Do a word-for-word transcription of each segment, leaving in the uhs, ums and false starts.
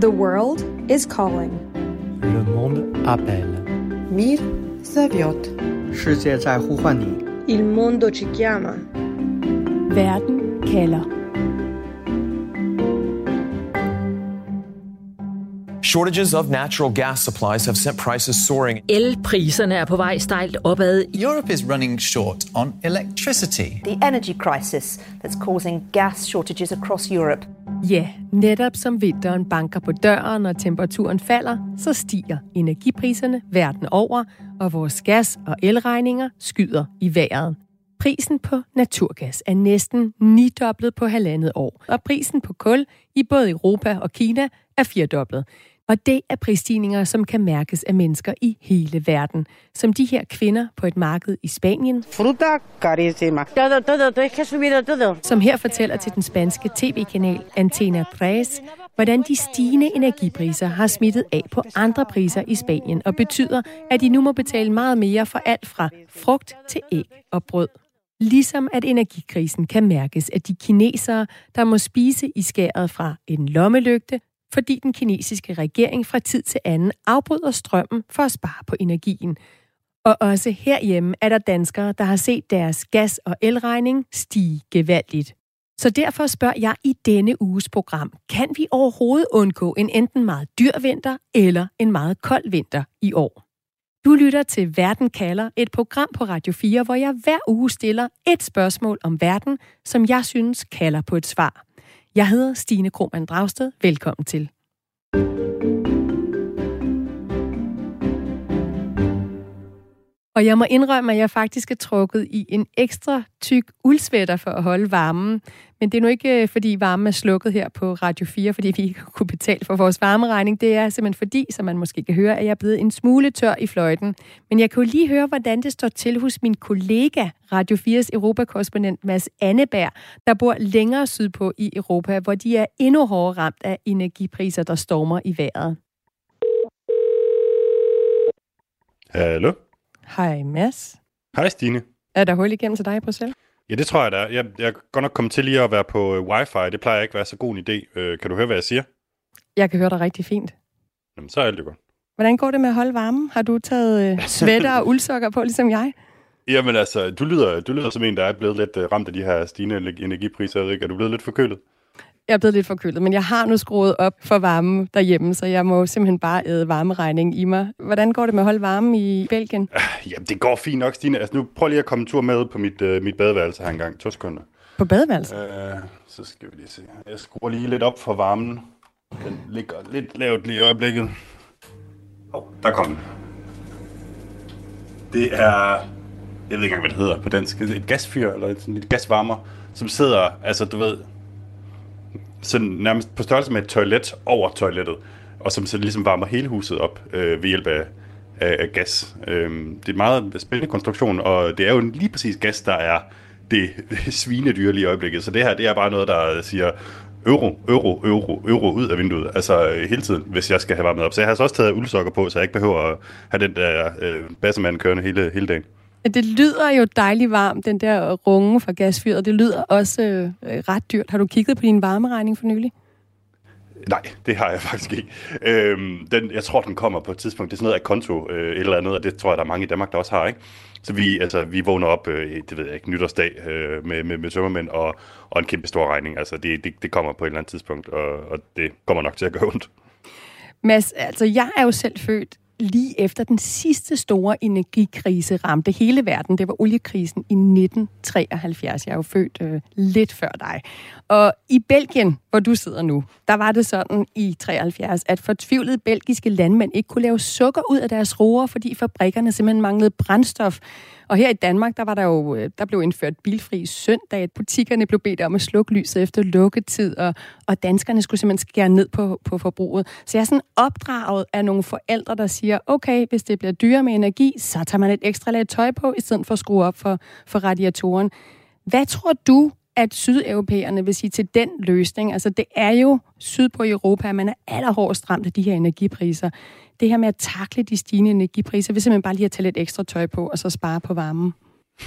The world is calling. Le monde appelle. Мир зовет. 世界在呼唤你。 Il mondo ci chiama. Verden kalder. Shortages of natural gas supplies have sent prices soaring. Elpriserne er på vej stejlt opad. Europe is running short on electricity. The energy crisis that's causing gas shortages across Europe. Ja, netop som vinteren banker på døren, og temperaturen falder, så stiger energipriserne verden over, og vores gas- og elregninger skyder i vejret. Prisen på naturgas er næsten nidoblet på halvandet år, og prisen på kul i både Europa og Kina er firedoblet. Og det er prisstigninger, som kan mærkes af mennesker i hele verden. Som de her kvinder på et marked i Spanien, som her fortæller til den spanske tv-kanal Antena tre, hvordan de stigende energipriser har smittet af på andre priser i Spanien, og betyder, at de nu må betale meget mere for alt fra frugt til æg og brød. Ligesom at energikrisen kan mærkes af de kinesere, der må spise i skæret fra en lommelygte, fordi den kinesiske regering fra tid til anden afbryder strømmen for at spare på energien. Og også herhjemme er der danskere, der har set deres gas- og elregning stige gevaldigt. Så derfor spørger jeg i denne uges program, kan vi overhovedet undgå en enten meget dyr vinter eller en meget kold vinter i år? Du lytter til Verden kalder, et program på Radio fire, hvor jeg hver uge stiller et spørgsmål om verden, som jeg synes kalder på et svar. Jeg hedder Stine Krohmann Dragsted. Velkommen til. Og jeg må indrømme, at jeg faktisk er trukket i en ekstra tyk uldsvætter for at holde varmen. Men det er nu ikke, fordi varmen er slukket her på Radio fire, fordi vi ikke kunne betale for vores varmeregning. Det er simpelthen fordi, som man måske kan høre, at jeg er blevet en smule tør i fløjten. Men jeg kan jo lige høre, hvordan det står til hos min kollega, Radio fires europakorrespondent Mads Anneberg, der bor længere sydpå i Europa, hvor de er endnu hårdere ramt af energipriser, der stormer i vejret. Hallo? Hej Mads. Hej Stine. Er der hul igennem til dig i Bruxelles? Ja, det tror jeg, der er. Jeg, jeg er godt nok kommet til lige at være på uh, wifi. Det plejer ikke at være så god en idé. Uh, kan du høre, hvad jeg siger? Jeg kan høre dig rigtig fint. Jamen, så er alt det godt. Hvordan går det med at holde varmen? Har du taget uh, sweater og uldsokker på, ligesom jeg? Jamen altså, du lyder, du lyder som en, der er blevet lidt uh, ramt af de her stigende energipriser. Ikke? Er du blevet lidt forkølet? Jeg er blevet lidt forkølet, men jeg har nu skruet op for varmen derhjemme, så jeg må simpelthen bare æde varmeregning i mig. Hvordan går det med at holde varmen i Belgien? Jamen, det går fint nok, Stine. Altså, nu prøv lige at komme en tur med på mit, uh, mit badeværelse her engang. To sekunder. På badeværelset? Uh, så skal vi lige se. Jeg skruer lige lidt op for varmen. Den ligger lidt lavt lige i øjeblikket. Åh, oh, der kom den. Det er... Jeg ved ikke engang, hvad det hedder på dansk. Et gasfyr, eller et, et gasvarmer, som sidder, altså du ved... sådan nærmest på størrelse med et toilet over toilettet, og som så ligesom varmer hele huset op øh, ved hjælp af, af, af gas. Øhm, det er en meget spændende konstruktion, og det er jo lige præcis gas, der er det svinedyr lige i øjeblikket. Så det her, det er bare noget, der siger euro, euro, euro, euro ud af vinduet, altså øh, hele tiden, hvis jeg skal have varmet op. Så jeg har så også taget uldsokker på, så jeg ikke behøver at have den der øh, bassemand kørende hele, hele dagen. Det lyder jo dejligt varmt, den der runge fra gasfyret. Det lyder også øh, ret dyrt. Har du kigget på din varmeregning for nylig? Nej, det har jeg faktisk ikke. Øhm, den, jeg tror, den kommer på et tidspunkt. Det er sådan noget af konto øh, et eller andet, og det tror jeg, der er mange i Danmark, der også har, ikke? Så vi, altså, vi vågner op, øh, det ved jeg ikke, nytårsdag øh, med, med, med tømmermænd og, og en kæmpe stor regning. Altså, det, det, det kommer på et eller andet tidspunkt, og, og det kommer nok til at gøre ondt. Mads, altså, jeg er jo selv født lige efter den sidste store energikrise ramte hele verden. Det var oliekrisen i nitten treoghalvfjerds. Jeg er jo født øh, lidt før dig. Og i Belgien, hvor du sidder nu, der var det sådan i treoghalvfjerds, at fortvivlede belgiske landmænd ikke kunne lave sukker ud af deres roer, fordi fabrikkerne simpelthen manglede brændstof. Og her i Danmark, der var der jo, der blev indført bilfri søndag, at butikkerne blev bedt om at slukke lyset efter lukketid, og, og danskerne skulle simpelthen skære ned på, på forbruget. Så jeg er sådan opdraget af nogle forældre, der siger, okay, hvis det bliver dyrere med energi, så tager man et ekstra lag tøj på, i stedet for at skrue op for, for radiatoren. Hvad tror du, at sydeuropæerne vil sige til den løsning? Altså, det er jo sydpå i Europa, at man er allerhårdest ramt af de her energipriser. Det her med at takle de stigende energipriser, vil simpelthen bare lige at tage lidt ekstra tøj på, og så spare på varmen.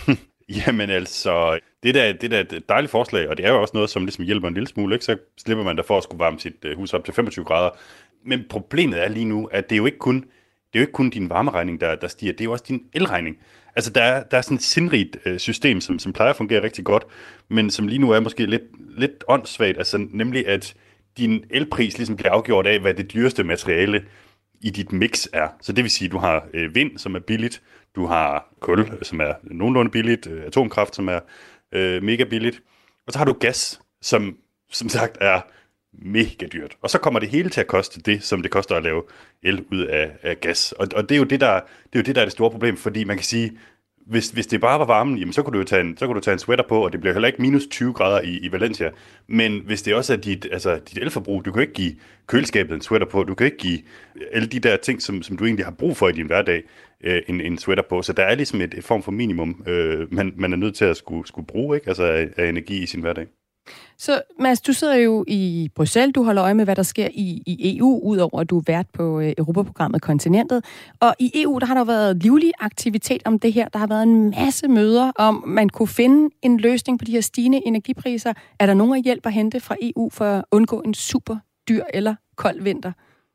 Jamen altså, det der, det der er et dejligt forslag, og det er jo også noget, som ligesom hjælper en lille smule, ikke? Så slipper man der for at skulle varme sit hus op til femogtyve grader. Men problemet er lige nu, at det er jo ikke kun, det er jo ikke kun din varmeregning, der, der stiger, det er jo også din elregning. Altså, der er, der er sådan et sindrigt øh, system, som, som plejer at fungere rigtig godt, men som lige nu er måske lidt, lidt åndssvagt, altså nemlig at din elpris ligesom bliver afgjort af, hvad det dyreste materiale i dit mix er. Så det vil sige, at du har øh, vind, som er billigt, du har kul, som er nogenlunde billigt, øh, atomkraft, som er øh, mega billigt, og så har du gas, som som sagt er mega dyrt. Og så kommer det hele til at koste det, som det koster at lave el ud af, af gas. Og, og det er jo det, der, det er jo det, der er det store problem, fordi man kan sige, hvis, hvis det bare var varmen, jamen så kunne du jo tage en, så kunne du tage en sweater på, og det bliver heller ikke minus tyve grader i, i Valencia. Men hvis det også er dit, altså dit elforbrug, du kan ikke give køleskabet en sweater på, du kan ikke give alle de der ting, som, som du egentlig har brug for i din hverdag, øh, en, en sweater på. Så der er ligesom et, et form for minimum, øh, man, man er nødt til at skulle, skulle bruge, ikke? Altså af, af energi i sin hverdag. Så Mads, du sidder jo i Bruxelles, du holder øje med, hvad der sker i, i E U, udover at du er vært på øh, Europaprogrammet Kontinentet. Og i E U, der har der været livlig aktivitet om det her. Der har været en masse møder om, man kunne finde en løsning på de her stigende energipriser. Er der nogen af hjælp at hente fra E U for at undgå en super dyr eller kold vinter?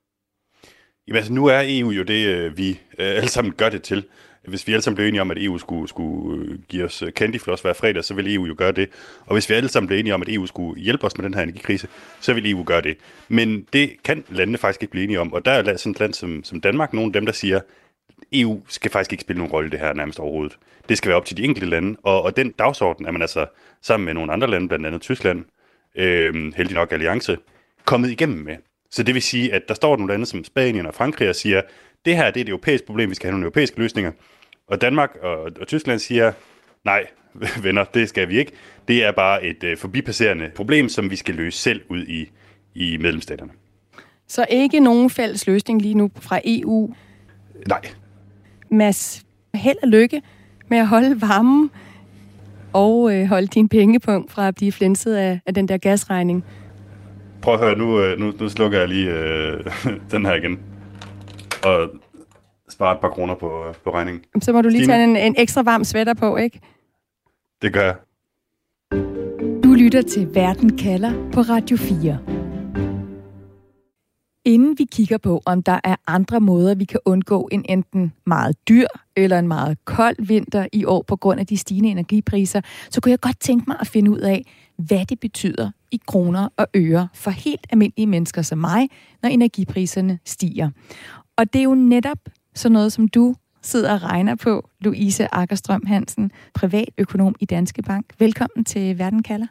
Jamen altså, nu er E U jo det, vi øh, alle sammen gør det til. Hvis vi alle sammen blev enige om, at E U skulle, skulle give os candyfloss hver fredag, så ville E U jo gøre det. Og hvis vi alle sammen blev enige om, at E U skulle hjælpe os med den her energikrise, så ville E U gøre det. Men det kan landene faktisk ikke blive enige om. Og der er sådan et land som, som Danmark, nogle af dem, der siger, at E U skal faktisk ikke spille nogen rolle i det her nærmest overhovedet. Det skal være op til de enkelte lande. Og, og den dagsorden er man altså sammen med nogle andre lande, blandt andet Tyskland, øh, heldig nok Alliance, kommet igennem med. Så det vil sige, at der står nogle lande som Spanien og Frankrig og siger, det her det er et europæisk problem, vi skal have nogle europæiske løsninger. Og Danmark og, og Tyskland siger, nej, venner, det skal vi ikke. Det er bare et øh, forbipasserende problem, som vi skal løse selv ud i, i medlemsstaterne. Så ikke nogen fælles løsning lige nu fra E U? Nej. Mads, held og lykke med at holde varmen og øh, holde din pengepunkt fra at blive flænset af, af den der gasregning. Prøv at høre, nu, nu, nu slukker jeg lige øh, den her igen. Og spare et par kroner på, på regningen. Så må du lige Stine? tage en, en ekstra varm sweater på, ikke? Det gør jeg. Du lytter til Verden kalder på Radio fire. Inden vi kigger på, om der er andre måder, vi kan undgå en enten meget dyr eller en meget kold vinter i år på grund af de stigende energipriser, så kunne jeg godt tænke mig at finde ud af, hvad det betyder i kroner og øre for helt almindelige mennesker som mig, når energipriserne stiger. Og det er jo netop sådan noget, som du sidder og regner på, Louise Akkerstrøm Hansen, privatøkonom i Danske Bank. Velkommen til Verden kalder.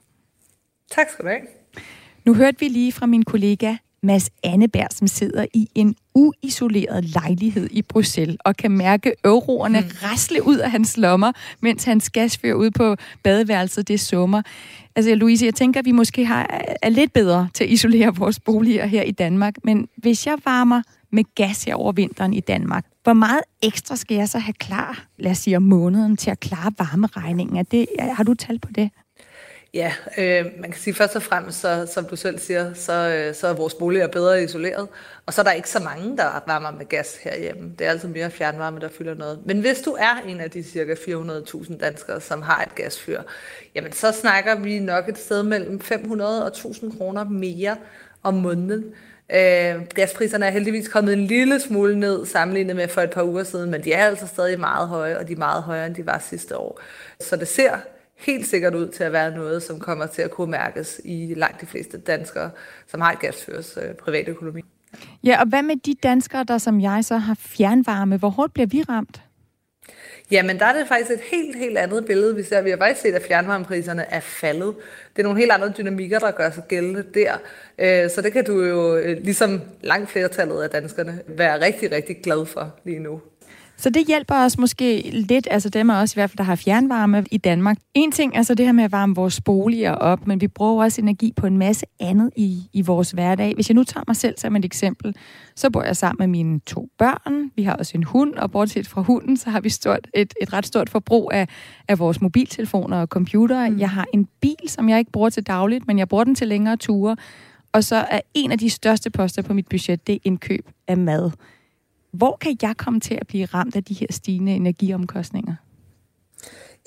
Tak skal du have. Nu hørte vi lige fra min kollega Mads Anneberg, som sidder i en uisoleret lejlighed i Bruxelles og kan mærke euroerne hmm. rasle ud af hans lommer, mens hans gasfyr ude på badeværelset, det summer. Altså Louise, jeg tænker, at vi måske har, er lidt bedre til at isolere vores boliger her i Danmark, men hvis jeg varmer med gas her over vinteren i Danmark, hvor meget ekstra skal jeg så have klar, lad os sige om måneden, til at klare varmeregningen? Er det, har du tal på det? Ja, øh, man kan sige først og fremmest, så, som du selv siger, så, øh, så er vores boliger bedre isoleret, og så er der ikke så mange, der varmer med gas herhjemme. Det er altså mere fjernvarme, der fylder noget. Men hvis du er en af de cirka fire hundrede tusind danskere, som har et gasfyr, jamen så snakker vi nok et sted mellem fem hundrede og tusind kroner mere om måneden. Øh, gaspriserne er heldigvis kommet en lille smule ned sammenlignet med for et par uger siden, men de er altså stadig meget høje, og de er meget højere, end de var sidste år. Så det ser helt sikkert ud til at være noget, som kommer til at kunne mærkes i langt de fleste danskere, som har et gasfyrs øh, private økonomi. Ja, og hvad med de danskere, der som jeg så har fjernvarme? Hvor hårdt bliver vi ramt? Jamen, der er det faktisk et helt, helt andet billede, vi ser. Vi har faktisk set, at fjernvarmepriserne er faldet. Det er nogle helt andre dynamikker, der gør sig gældende der. Så det kan du jo, ligesom langt flertallet af danskerne, være rigtig, rigtig glad for lige nu. Så det hjælper os måske lidt, altså dem af os i hvert fald, der har fjernvarme i Danmark. En ting er så det her med at varme vores boliger op, men vi bruger også energi på en masse andet i, i vores hverdag. Hvis jeg nu tager mig selv som et eksempel, så bor jeg sammen med mine to børn. Vi har også en hund, og bortset fra hunden, så har vi stort, et, et ret stort forbrug af, af vores mobiltelefoner og computere. Mm. Jeg har en bil, som jeg ikke bruger til dagligt, men jeg bruger den til længere ture. Og så er en af de største poster på mit budget, det er indkøb af mad. Hvor kan jeg komme til at blive ramt af de her stigende energiomkostninger?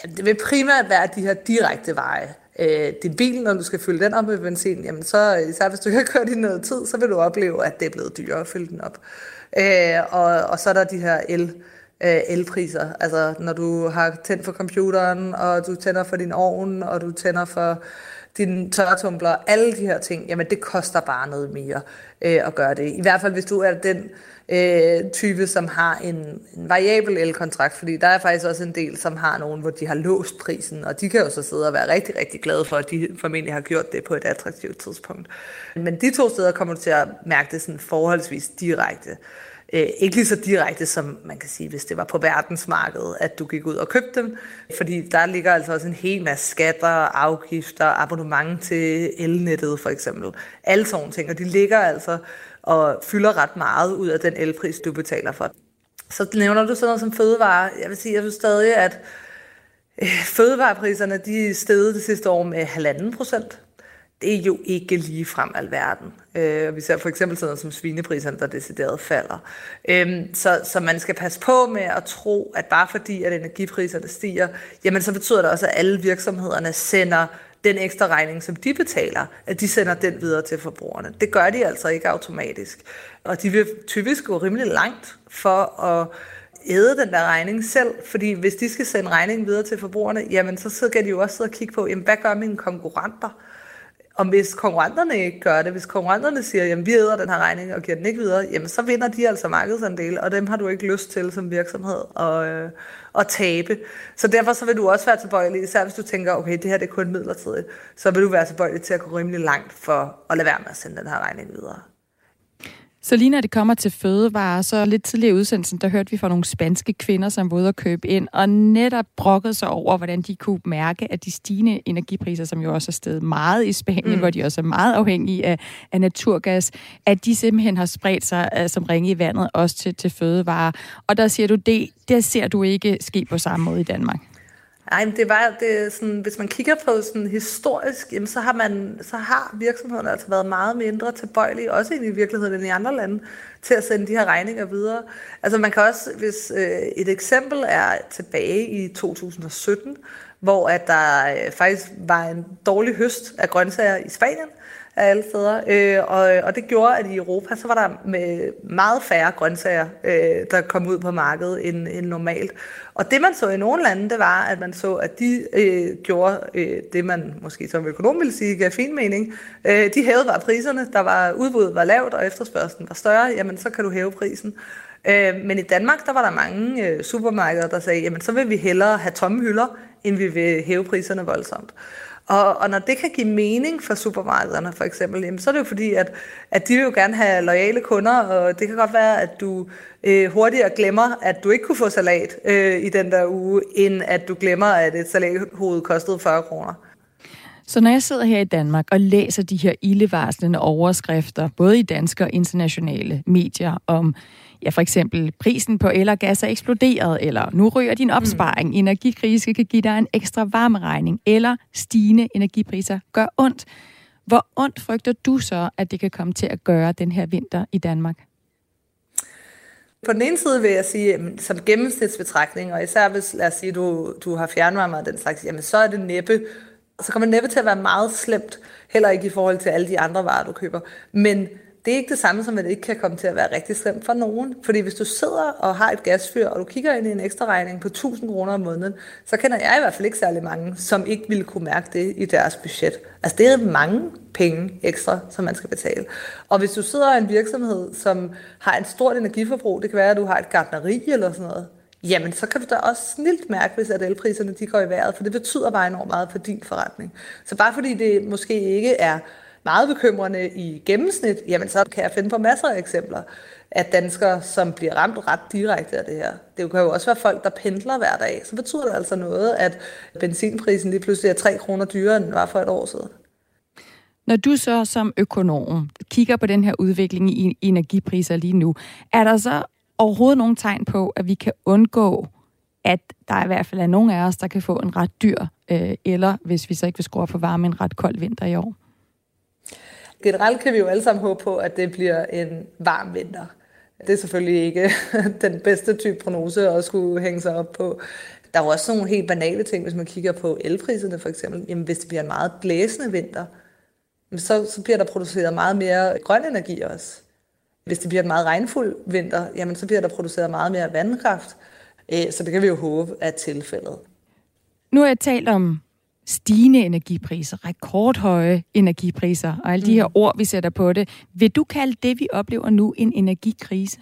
Jamen, det vil primært være de her direkte veje. Øh, din bil, når du skal fylde den op med benzin, jamen så, især hvis du ikke har kørt i noget tid, så vil du opleve, at det er blevet dyrere at fylde den op. Øh, og, og så er der de her el, øh, elpriser. Altså når du har tændt for computeren, og du tænder for din ovn, og du tænder for dine tørretumbler, alle de her ting, jamen det koster bare noget mere øh, at gøre det. I hvert fald hvis du er den øh, type, som har en, en variabel elkontrakt, fordi der er faktisk også en del, som har nogen, hvor de har låst prisen, og de kan jo så sidde og være rigtig, rigtig glade for, at de formentlig har gjort det på et attraktivt tidspunkt. Men de to steder kommer du til at mærke det sådan forholdsvis direkte. Øh, ikke lige så direkte som man kan sige, hvis det var på verdensmarkedet, at du gik ud og købte dem. Fordi der ligger altså også en hel masse skatter, afgifter, abonnement til elnettet for eksempel. Alle sådan ting, og de ligger altså og fylder ret meget ud af den elpris, du betaler for. Så nævner du sådan noget som fødevarer. Jeg vil sige, jeg vil stadig, at øh, fødevarepriserne de er steget det sidste år med halvanden procent. Det er jo ikke lige frem alverden. Øh, vi ser for eksempel sådan noget som svinepriserne, der decideret falder. Øh, så, så man skal passe på med at tro, at bare fordi at energipriserne stiger, jamen så betyder det også, at alle virksomhederne sender den ekstra regning, som de betaler, at de sender den videre til forbrugerne. Det gør de altså ikke automatisk. Og de vil typisk gå rimelig langt for at æde den der regning selv, fordi hvis de skal sende regningen videre til forbrugerne, jamen så skal de jo også sidde og kigge på, jamen, hvad gør mine konkurrenter? Og hvis konkurrenterne ikke gør det, hvis konkurrenterne siger, jamen vi æder den her regning og giver den ikke videre, jamen så vinder de altså markedsandele, og dem har du ikke lyst til som virksomhed at, øh, at tabe. Så derfor så vil du også være tilbøjelig, især hvis du tænker, okay, det her det er kun midlertidigt, så vil du være tilbøjelig til at gå rimelig langt for at lade være med at sende den her regning videre. Så lige når det kommer til fødevarer, så lidt tidligere i udsendelsen, der hørte vi fra nogle spanske kvinder, som var ude at købe ind, og netop brokkede sig over, hvordan de kunne mærke, at de stigende energipriser, som jo også er steget meget i Spanien, mm. hvor de også er meget afhængige af, af naturgas, at de simpelthen har spredt sig uh, som ringe i vandet, også til, til fødevarer. Og der siger du, det, det ser du ikke ske på samme måde i Danmark. Nej, det var det er sådan, hvis man kigger på sådan historisk, jamen, så har man så har virksomhederne altså været meget mindre tilbøjelige, også i virkeligheden end i andre lande, til at sende de her regninger videre. Altså man kan også, hvis øh, et eksempel er tilbage i to tusind og sytten, hvor at der øh, faktisk var en dårlig høst af grøntsager i Spanien, af alle steder, øh, og, og det gjorde, at i Europa, så var der med meget færre grøntsager, øh, der kom ud på markedet end, end normalt. Og det man så i nogle lande, det var, at man så, at de øh, gjorde øh, det, man måske som økonom ville sige, gav fin mening. Øh, de hævede bare priserne, der var udbuddet var lavt, og efterspørgslen var større, jamen så kan du hæve prisen. Øh, men i Danmark, der var der mange øh, supermarkeder, der sagde, jamen så vil vi hellere have tomme hylder, end vi vil hæve priserne voldsomt. Og, og når det kan give mening for supermarkederne for eksempel, jamen, så er det jo fordi, at, at de vil jo gerne have loyale kunder, og det kan godt være, at du øh, hurtigere glemmer, at du ikke kunne få salat øh, i den der uge, end at du glemmer, at et salathoved kostede fyrre kroner. Så når jeg sidder her i Danmark og læser de her ildevarslende overskrifter, både i danske og internationale medier, om ja, for eksempel prisen på el og gas er eksploderet, eller nu ryger din opsparing, mm. energikrise kan give dig en ekstra varmeregning, eller stigende energipriser gør ondt. Hvor ondt frygter du så, at det kan komme til at gøre den her vinter i Danmark? På den ene side vil jeg sige, at som gennemsnitsbetragtning, og især hvis, lad os sige, du, du har fjernvarme og den slags, jamen så er det næppe, så kommer det næppe til at være meget slemt, heller ikke i forhold til alle de andre varer, du køber. Men det er ikke det samme som, at det ikke kan komme til at være rigtig slemt for nogen. Fordi hvis du sidder og har et gasfyr, og du kigger ind i en ekstra regning på tusind kroner om måneden, så kender jeg i hvert fald ikke særlig mange, som ikke ville kunne mærke det i deres budget. Altså det er mange penge ekstra, som man skal betale. Og hvis du sidder i en virksomhed, som har et stort energiforbrug, det kan være, at du har et gartneri eller sådan noget, jamen så kan du da også snilt mærke, hvis at elpriserne de går i vejret, for det betyder bare enormt meget for din forretning. Så bare fordi det måske ikke er meget bekymrende i gennemsnit, jamen så kan jeg finde på masser af eksempler af danskere, som bliver ramt ret direkte af det her. Det kan jo også være folk, der pendler hver dag. Så betyder det altså noget, at benzinprisen lige pludselig er tre kroner dyrere, end den var for et år siden. Når du så som økonom kigger på den her udvikling i energipriser lige nu, er der så overhovedet nogle tegn på, at vi kan undgå, at der i hvert fald er nogen af os, der kan få en ret dyr, øh, eller hvis vi så ikke vil skrue op for varme, en ret kold vinter i år? Generelt kan vi jo alle sammen håbe på, at det bliver en varm vinter. Det er selvfølgelig ikke den bedste type prognose at skulle hænge sig op på. Der er jo også nogle helt banale ting, hvis man kigger på elpriserne for eksempel. Jamen, hvis det bliver en meget blæsende vinter, så, så bliver der produceret meget mere grøn energi også. Hvis det bliver en meget regnfuld vinter, jamen, så bliver der produceret meget mere vandkraft. Så det kan vi jo håbe er tilfældet. Nu har jeg talt om stigende energipriser, rekordhøje energipriser og alle de her ord, vi sætter på det. Vil du kalde det, vi oplever nu, en energikrise?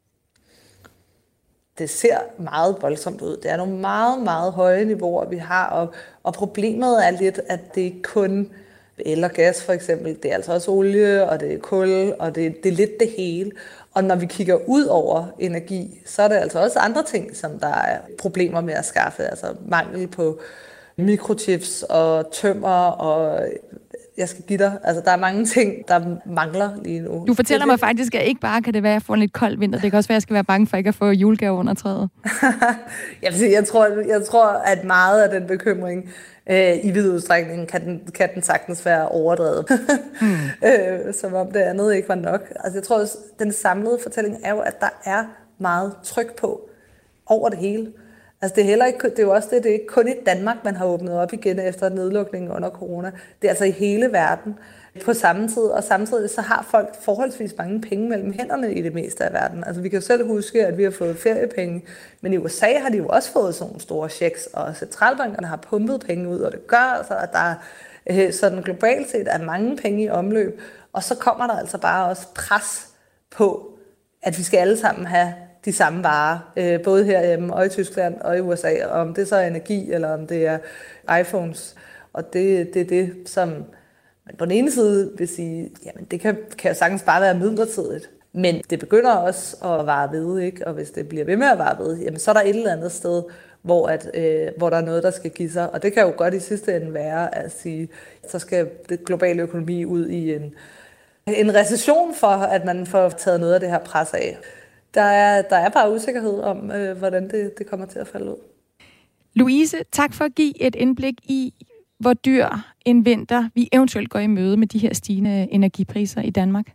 Det ser meget voldsomt ud. Det er nogle meget, meget høje niveauer, vi har, og, og problemet er lidt, at det ikke kun el og gas for eksempel, det er altså også olie, og det er kul, og det, det er lidt det hele. Og når vi kigger ud over energi, så er der altså også andre ting, som der er problemer med at skaffe, altså mangel på mikrochips og tømmer, og jeg skal give dig, altså der er mange ting, der mangler lige nu. Du fortæller mig faktisk, at ikke bare kan det være, at jeg får en lidt kold vinter, det kan også være, at jeg skal være bange for ikke at få julegave under træet. jeg, vil sige, jeg, tror, jeg tror, at meget af den bekymring øh, i vid udstrækning kan den, kan den sagtens være overdrevet. mm. øh, som om det andet ikke var nok. Altså jeg tror, at den samlede fortælling er jo, at der er meget tryk på over det hele. Altså det er, heller ikke, det er jo også det, det er ikke kun i Danmark, man har åbnet op igen efter nedlukningen under corona. Det er altså i hele verden på samme tid, og samtidig så har folk forholdsvis mange penge mellem hænderne i det meste af verden. Altså vi kan jo selv huske, at vi har fået feriepenge, men i U S A har de jo også fået sådan nogle store checks, og centralbankerne har pumpet penge ud, og det gør altså, at der er sådan globalt set er mange penge i omløb, og så kommer der altså bare også pres på, at vi skal alle sammen have de samme varer, øh, både herhjemme og i Tyskland og i U S A, om det så er energi, eller om det er iPhones. Og det, det er det, som man på den ene side vil sige, jamen det kan, kan jo sagtens bare være midlertidigt. Men det begynder også at vare ved, ikke? Og hvis det bliver ved med at vare ved, jamen så er der et eller andet sted, hvor, at, øh, hvor der er noget, der skal give sig. Og det kan jo godt i sidste ende være at sige, så skal det globale økonomi ud i en, en recession for, at man får taget noget af det her pres af. Der er, der er bare usikkerhed om, øh, hvordan det, det kommer til at falde ud. Louise, tak for at give et indblik i, hvor dyr en vinter vi eventuelt går i møde med de her stigende energipriser i Danmark.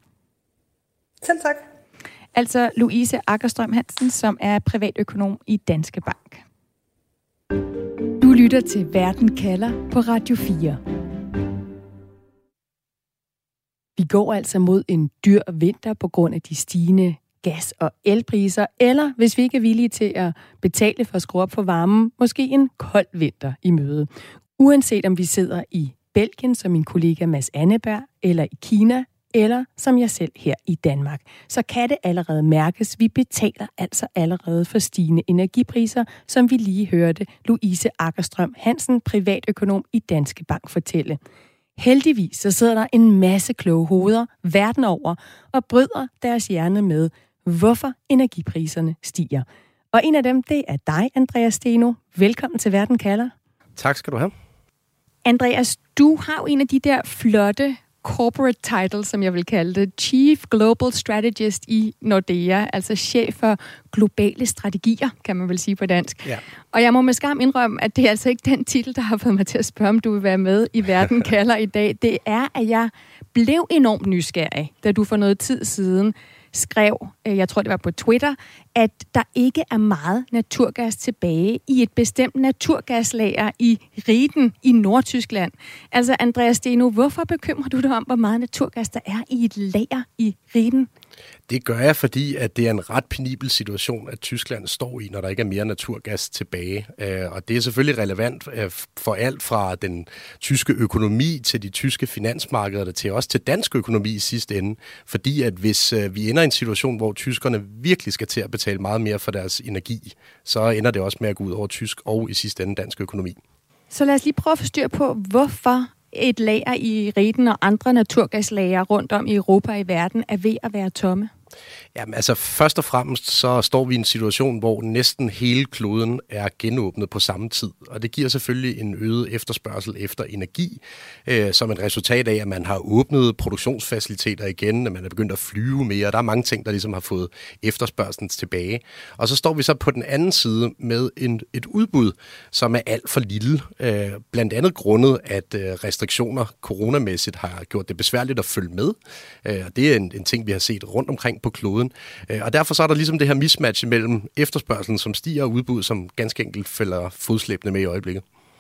Selv tak. Altså Louise Aggerstrøm Hansen, som er privatøkonom i Danske Bank. Du lytter til Verden kalder på Radio fire. Vi går altså mod en dyr vinter på grund af de stigende gas- og elpriser, eller hvis vi ikke er villige til at betale for at skrue op for varmen, måske en kold vinter i møde. Uanset om vi sidder i Belgien, som min kollega Mads Anneberg, eller i Kina, eller som jeg selv her i Danmark, så kan det allerede mærkes. Vi betaler altså allerede for stigende energipriser, som vi lige hørte Louise Aggerstrøm Hansen, privatøkonom i Danske Bank, fortælle. Heldigvis så sidder der en masse kloge hoveder verden over og bryder deres hjerne med, hvorfor energipriserne stiger. Og en af dem, det er dig, Andreas Steno. Velkommen til Verden kalder. Tak skal du have. Andreas, du har jo en af de der flotte corporate titles, som jeg vil kalde det, Chief Global Strategist i Nordea, altså chef for globale strategier, kan man vel sige på dansk. Ja. Og jeg må med skam indrømme, at det er altså ikke den titel, der har fået mig til at spørge, om du vil være med i Verden kalder i dag. Det er, at jeg blev enormt nysgerrig, da du for noget tid siden skrev, jeg tror det var på Twitter, at der ikke er meget naturgas tilbage i et bestemt naturgaslager i Rieden i Nordtyskland. Altså Andreas Steno, hvorfor bekymrer du dig om, hvor meget naturgas der er i et lager i Rieden? Det gør jeg, fordi at det er en ret penibel situation, at Tyskland står i, når der ikke er mere naturgas tilbage. Og det er selvfølgelig relevant for alt fra den tyske økonomi til de tyske finansmarkeder, til også til dansk økonomi i sidste ende. Fordi at hvis vi ender i en situation, hvor tyskerne virkelig skal til at betale meget mere for deres energi, så ender det også med at gå ud over tysk og i sidste ende dansk økonomi. Så lad os lige prøve at få styr på, hvorfor et lager i Rieden og andre naturgaslager rundt om i Europa og i verden er ved at være tomme. Jamen altså først og fremmest så står vi i en situation, hvor næsten hele kloden er genåbnet på samme tid. Og det giver selvfølgelig en øget efterspørgsel efter energi, øh, som et resultat af, at man har åbnet produktionsfaciliteter igen, at man er begyndt at flyve mere. Der er mange ting, der ligesom har fået efterspørgselen tilbage. Og så står vi så på den anden side med en, et udbud, som er alt for lille. Øh, blandt andet grundet, at øh, restriktioner coronamæssigt har gjort det besværligt at følge med. Øh, det er en, en ting, vi har set rundt omkring på kloden. Og derfor så er der ligesom det her mismatch mellem efterspørgselen, som stiger, og udbud, som ganske enkelt falder fodslæbende med i øjeblikket.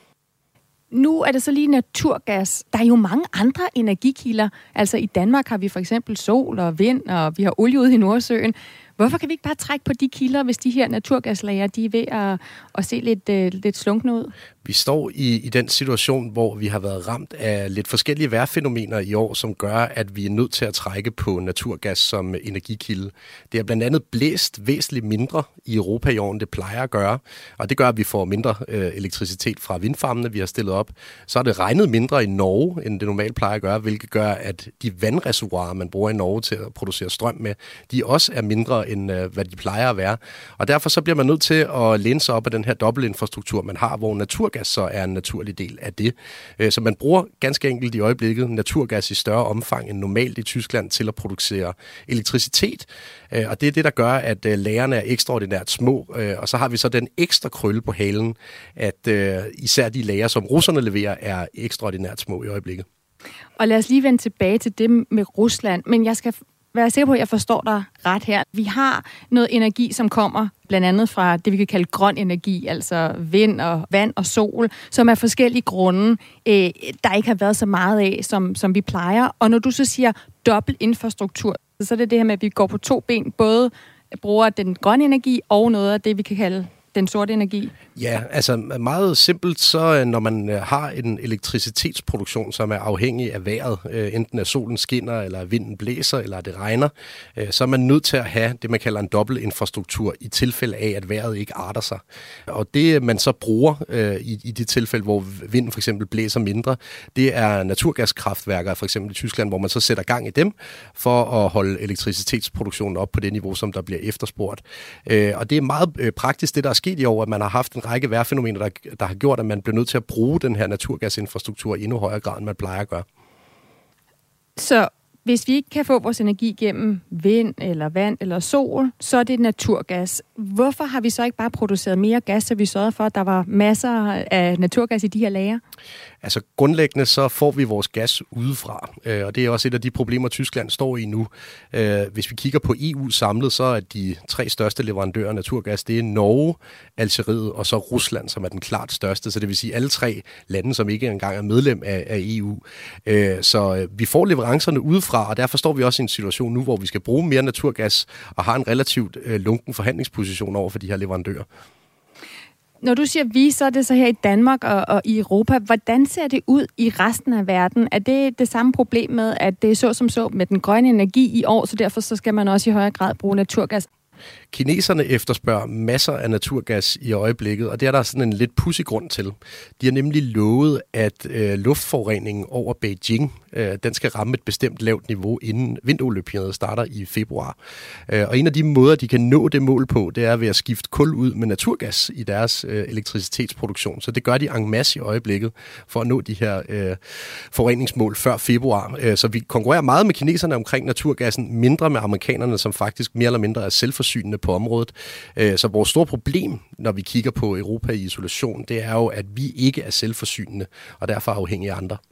Nu er det så lige naturgas. Der er jo mange andre energikilder. Altså i Danmark har vi for eksempel sol og vind, og vi har olie ude i Nordsøen. Hvorfor kan vi ikke bare trække på de kilder, hvis de her naturgaslager, de er ved at, at se lidt, uh, lidt slunkne ud? Vi står i, i den situation, hvor vi har været ramt af lidt forskellige vejrfænomener i år, som gør, at vi er nødt til at trække på naturgas som energikilde. Det er blandt andet blæst væsentligt mindre i Europa i år, end det plejer at gøre, og det gør, at vi får mindre øh, elektricitet fra vindfarmene, vi har stillet op. Så er det regnet mindre i Norge, end det normalt plejer at gøre, hvilket gør, at de vandreservoirer, man bruger i Norge til at producere strøm med, de også er mindre end øh, hvad de plejer at være. Og derfor så bliver man nødt til at læne sig op af den her dobbeltinfrastruktur, man har, hvor naturgas så er en naturlig del af det. Så man bruger ganske enkelt i øjeblikket naturgas i større omfang end normalt i Tyskland til at producere elektricitet. Og det er det, der gør, at lagrene er ekstraordinært små. Og så har vi så den ekstra krølle på halen, at især de lagre, som russerne leverer, er ekstraordinært små i øjeblikket. Og lad os lige vende tilbage til det med Rusland. Men jeg skal være sikker på, at jeg forstår dig ret her. Vi har noget energi, som kommer blandt andet fra det, vi kan kalde grøn energi, altså vind og vand og sol, som af forskellige grunde, øh, der ikke har været så meget af, som, som vi plejer. Og når du så siger dobbelt infrastruktur, så er det det her med, at vi går på to ben, både bruger den grønne energi og noget af det, vi kan kalde den sorte energi? Ja, altså meget simpelt, så når man har en elektricitetsproduktion, som er afhængig af vejret, enten af solen skinner, eller af vinden blæser, eller det regner, så er man nødt til at have det, man kalder en dobbelt infrastruktur, i tilfælde af, at vejret ikke arter sig. Og det, man så bruger i, i de tilfælde, hvor vinden for eksempel blæser mindre, det er naturgaskraftværker, for eksempel i Tyskland, hvor man så sætter gang i dem, for at holde elektricitetsproduktionen op på det niveau, som der bliver efterspurgt. Og det er meget praktisk, det der er sket i år, at man har haft en række vejrfænomener, der, der har gjort, at man bliver nødt til at bruge den her naturgasinfrastruktur i endnu højere grad, end man plejer at gøre. Så hvis vi ikke kan få vores energi gennem vind eller vand eller sol, så er det naturgas. Hvorfor har vi så ikke bare produceret mere gas, så vi sørgede for, at der var masser af naturgas i de her lagre? Altså grundlæggende så får vi vores gas udefra, og det er også et af de problemer, Tyskland står i nu. Hvis vi kigger på E U samlet, så er de tre største leverandører af naturgas, det er Norge, Algeriet og så Rusland, som er den klart største. Så det vil sige alle tre lande, som ikke engang er medlem af E U. Så vi får leverancerne udefra, og derfor står vi også i en situation nu, hvor vi skal bruge mere naturgas og har en relativt lunken forhandlingsposition over for de her leverandører. Når du siger vi, så er det så her i Danmark og, og i Europa. Hvordan ser det ud i resten af verden? Er det det samme problem med, at det er så som så med den grønne energi i år, så derfor så skal man også i højere grad bruge naturgas? Kineserne efterspørger masser af naturgas i øjeblikket, og det er der sådan en lidt pudsig grund til. De har nemlig lovet, at øh, luftforureningen over Beijing, øh, den skal ramme et bestemt lavt niveau, inden vinterolympiaden starter i februar. Øh, og en af de måder, de kan nå det mål på, det er ved at skifte kul ud med naturgas i deres øh, elektricitetsproduktion. Så det gør de en masse i øjeblikket for at nå de her øh, forureningsmål før februar. Øh, så vi konkurrerer meget med kineserne omkring naturgassen, mindre med amerikanerne, som faktisk mere eller mindre er selvforsynende på området. Så vores store problem, når vi kigger på Europa i isolation, det er jo, at vi ikke er selvforsynende, og derfor afhængige af andre.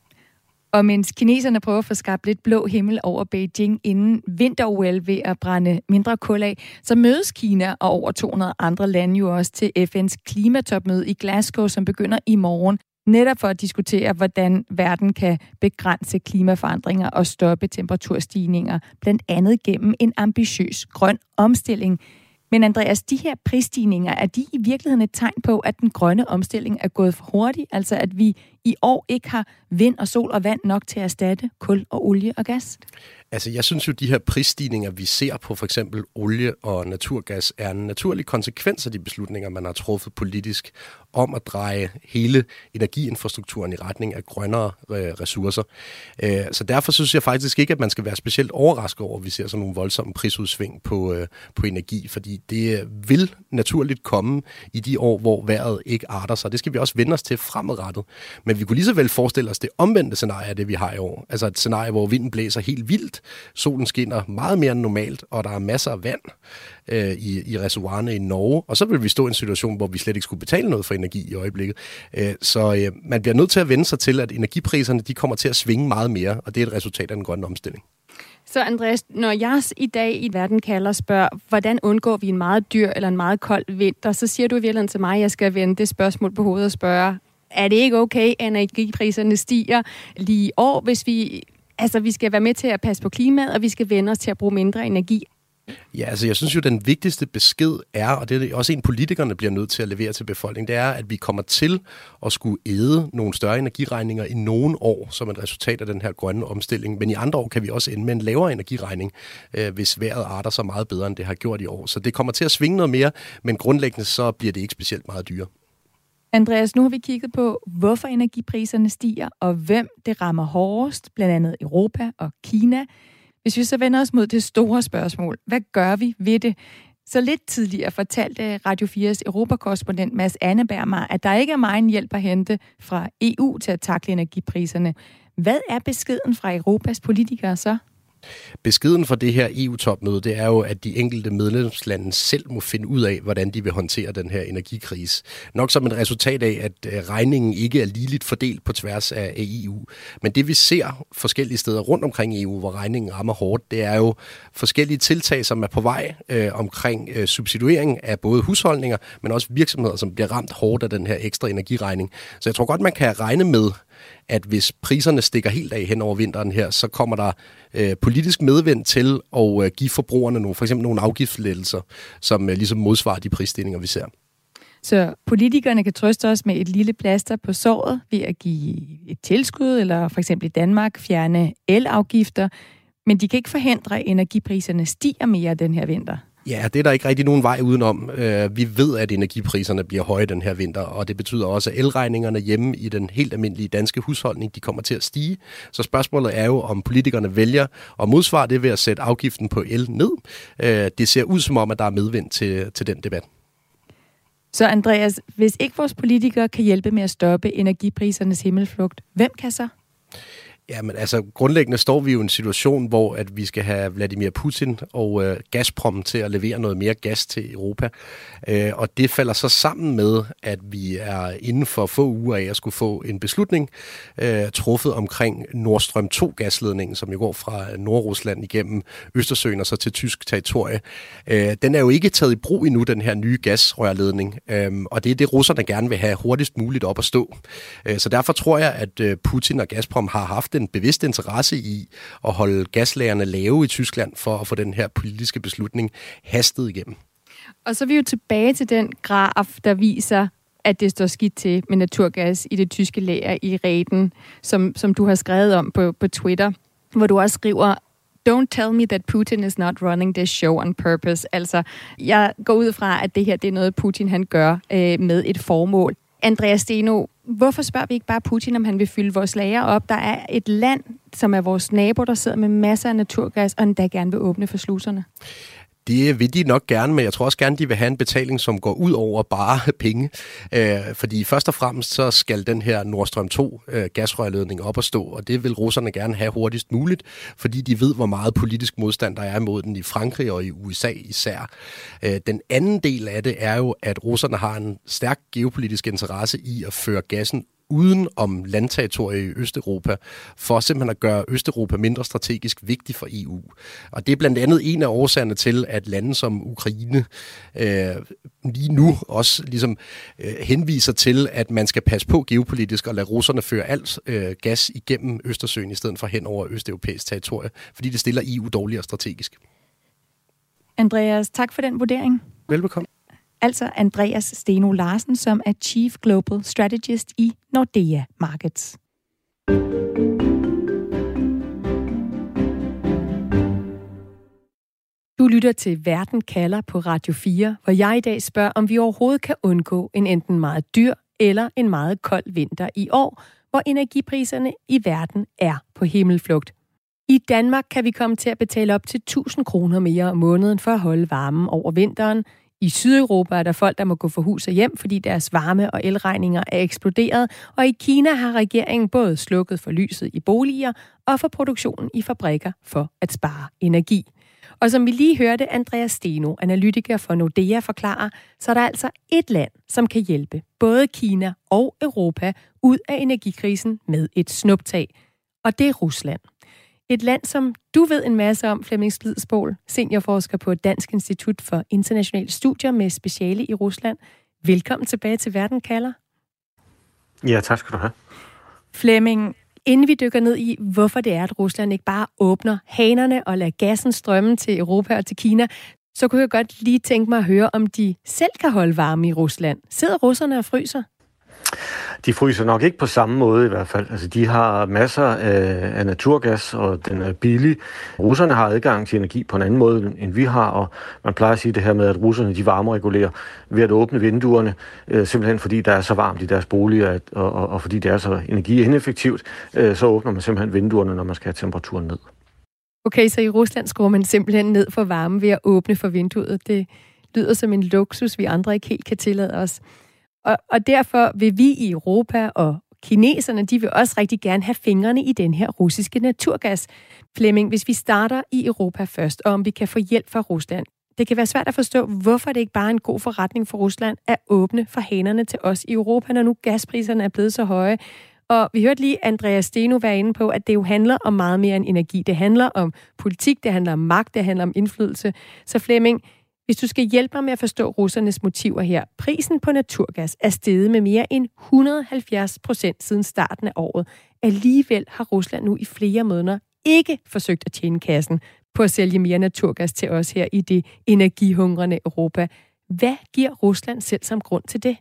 Og mens kineserne prøver at få skabt lidt blå himmel over Beijing inden vinter-O L ved at brænde mindre kul af, så mødes Kina og over to hundrede andre lande jo også til F N's klimatopmøde i Glasgow, som begynder i morgen, netop for at diskutere, hvordan verden kan begrænse klimaforandringer og stoppe temperaturstigninger, blandt andet gennem en ambitiøs grøn omstilling. Men Andreas, de her prisstigninger, er de i virkeligheden et tegn på, at den grønne omstilling er gået for hurtigt? Altså at vi i år ikke har vind og sol og vand nok til at erstatte kul og olie og gas? Altså, jeg synes jo, de her prisstigninger, vi ser på for eksempel olie og naturgas, er en naturlig konsekvens af de beslutninger, man har truffet politisk om at dreje hele energiinfrastrukturen i retning af grønnere ressourcer. Så derfor synes jeg faktisk ikke, at man skal være specielt overrasket over, at vi ser sådan nogle voldsomme prisudsving på, på energi, fordi det vil naturligt komme i de år, hvor vejret ikke arter sig. Det skal vi også vende os til fremadrettet. Men vi kunne lige så vel forestille os det omvendte scenarie af det, vi har i år. Altså et scenarie, hvor vinden blæser helt vildt, solen skinner meget mere end normalt, og der er masser af vand øh, i, i reservoirerne i Norge, og så vil vi stå i en situation, hvor vi slet ikke skulle betale noget for energi i øjeblikket. Øh, så øh, man bliver nødt til at vende sig til, at energipriserne de kommer til at svinge meget mere, og det er et resultat af den grønne omstilling. Så Andreas, når jeg i dag i Verden kalder spørger, hvordan undgår vi en meget dyr eller en meget kold vinter, så siger du i virkeligheden til mig, at jeg skal vende det spørgsmål på hovedet og spørge, er det ikke okay, at energipriserne stiger lige i år, hvis vi, altså, vi skal være med til at passe på klimaet, og vi skal vende os til at bruge mindre energi? Ja, altså jeg synes jo, den vigtigste besked er, og det er også en politikerne bliver nødt til at levere til befolkningen, det er, at vi kommer til at skulle æde nogle større energiregninger i nogle år, som et resultat af den her grønne omstilling. Men i andre år kan vi også ende med en lavere energiregning, øh, hvis vejret arter sig meget bedre, end det har gjort i år. Så det kommer til at svinge noget mere, men grundlæggende så bliver det ikke specielt meget dyrere. Andreas, nu har vi kigget på, hvorfor energipriserne stiger, og hvem det rammer hårdest, blandt andet Europa og Kina. Hvis vi så vender os mod det store spørgsmål, hvad gør vi ved det? Så lidt tidligere fortalte Radio fires europakorrespondent Mads Anneberg mig, at der ikke er meget hjælp at hente fra E U til at takle energipriserne. Hvad er beskeden fra Europas politikere så? Beskeden for det her E U-topmøde, det er jo, at de enkelte medlemslande selv må finde ud af, hvordan de vil håndtere den her energikrise. Nok som et resultat af, at regningen ikke er ligeligt fordelt på tværs af E U. Men det vi ser forskellige steder rundt omkring E U, hvor regningen rammer hårdt, det er jo forskellige tiltag, som er på vej øh, omkring øh, subsidiering af både husholdninger, men også virksomheder, som bliver ramt hårdt af den her ekstra energiregning. Så jeg tror godt, man kan regne med, at hvis priserne stikker helt af hen over vinteren her, så kommer der øh, politisk medvind til at øh, give forbrugerne nogle, for eksempel nogle afgiftslettelser, som øh, ligesom modsvarer de prisstigninger, vi ser. Så politikerne kan trøste os med et lille plaster på såret ved at give et tilskud, eller for eksempel i Danmark fjerne elafgifter, men de kan ikke forhindre, at energipriserne stiger mere den her vinter. Ja, det er der ikke rigtig nogen vej udenom. Vi ved, at energipriserne bliver høje den her vinter, og det betyder også, at elregningerne hjemme i den helt almindelige danske husholdning, de kommer til at stige. Så spørgsmålet er jo, om politikerne vælger at modsvare det ved at sætte afgiften på el ned. Det ser ud som om, at der er medvind til, til den debat. Så Andreas, hvis ikke vores politikere kan hjælpe med at stoppe energiprisernes himmelflugt, hvem kan så? Jamen altså, grundlæggende står vi jo i en situation, hvor at vi skal have Vladimir Putin og øh, Gazprom til at levere noget mere gas til Europa. Øh, og det falder så sammen med, at vi er inden for få uger af at skulle få en beslutning øh, truffet omkring Nord Stream to gasledningen, som jo går fra Nordrusland igennem Østersøen og så til tysk territorie. Øh, den er jo ikke taget i brug endnu, den her nye gasrørledning, øh, og det er det, russerne gerne vil have hurtigst muligt op at stå. Øh, så derfor tror jeg, at øh, Putin og Gazprom har haft en bevidst interesse i at holde gaslagerne lave i Tyskland for at få den her politiske beslutning hastet igennem. Og så er vi jo tilbage til den graf, der viser, at det står skidt til med naturgas i det tyske lager i Reden, som, som du har skrevet om på, på Twitter, hvor du også skriver, "Don't tell me that Putin is not running this show on purpose." Altså, jeg går ud fra, at det her det er noget, Putin han gør øh, med et formål. Andreas Steno, hvorfor spørger vi ikke bare Putin, om han vil fylde vores lager op? Der er et land, som er vores nabo, der sidder med masser af naturgas, og endda gerne vil åbne for sluserne. Det vil de nok gerne, men jeg tror også gerne, de vil have en betaling, som går ud over bare penge. Øh, fordi først og fremmest så skal den her Nord Stream to øh, gasrørledning op at stå, og det vil russerne gerne have hurtigst muligt, fordi de ved, hvor meget politisk modstand der er imod den i Frankrig og i U S A især. Øh, den anden del af det er jo, at russerne har en stærk geopolitisk interesse i at føre gassen uden om landterritoriet i Østeuropa, for simpelthen at gøre Østeuropa mindre strategisk vigtig for E U. Og det er blandt andet en af årsagerne til, at lande som Ukraine øh, lige nu også ligesom øh, henviser til, at man skal passe på geopolitisk og lade russerne føre alt øh, gas igennem Østersøen, i stedet for hen over østeuropæisk territorie, fordi det stiller E U dårligere strategisk. Andreas, tak for den vurdering. Velbekomme. Altså Andreas Steno Larsen, som er Chief Global Strategist i Nordea Markets. Du lytter til Verden kalder på Radio fire, hvor jeg i dag spørger, om vi overhovedet kan undgå en enten meget dyr eller en meget kold vinter i år, hvor energipriserne i verden er på himmelflugt. I Danmark kan vi komme til at betale op til tusind kroner mere om måneden for at holde varmen over vinteren. I Sydeuropa er der folk, der må gå for hus og hjem, fordi deres varme- og elregninger er eksploderet, og i Kina har regeringen både slukket for lyset i boliger og for produktionen i fabrikker for at spare energi. Og som vi lige hørte Andreas Steno, analytiker for Nordea, forklare, så er der altså et land, som kan hjælpe både Kina og Europa ud af energikrisen med et snuptag. Og det er Rusland. Et land, som du ved en masse om, Flemming Splidsboel, seniorforsker på Dansk Institut for Internationale Studier med speciale i Rusland. Velkommen tilbage til Verden kalder. Ja, tak skal du have. Flemming, inden vi dykker ned i, hvorfor det er, at Rusland ikke bare åbner hanerne og lader gassen strømme til Europa og til Kina, så kunne jeg godt lige tænke mig at høre, om de selv kan holde varme i Rusland. Sidder russerne og fryser? De fryser nok ikke på samme måde i hvert fald. Altså, de har masser af, af naturgas, og den er billig. Russerne har adgang til energi på en anden måde, end vi har, og man plejer at sige det her med, at russerne de varmeregulerer ved at åbne vinduerne, øh, simpelthen fordi der er så varmt i deres boliger, at, og, og, og fordi det er så energiineffektivt, øh, så åbner man simpelthen vinduerne, når man skal have temperaturen ned. Okay, så i Rusland skruer man simpelthen ned for varme ved at åbne for vinduet. Det lyder som en luksus, vi andre ikke helt kan tillade os. Og, og derfor vil vi i Europa og kineserne, de vil også rigtig gerne have fingrene i den her russiske naturgas. Flemming, hvis vi starter i Europa først, og om vi kan få hjælp fra Rusland. Det kan være svært at forstå, hvorfor det ikke bare er en god forretning for Rusland at åbne for hanerne til os i Europa, når nu gaspriserne er blevet så høje. Og vi hørte lige Andreas Steno være inde på, at det jo handler om meget mere end energi. Det handler om politik, det handler om magt, det handler om indflydelse. Så Flemming, hvis du skal hjælpe mig med at forstå russernes motiver her. Prisen på naturgas er steget med mere end et hundrede og halvfjerds procent siden starten af året. Alligevel har Rusland nu i flere måneder ikke forsøgt at tjene kassen på at sælge mere naturgas til os her i det energihungrende Europa. Hvad giver Rusland selv som grund til det?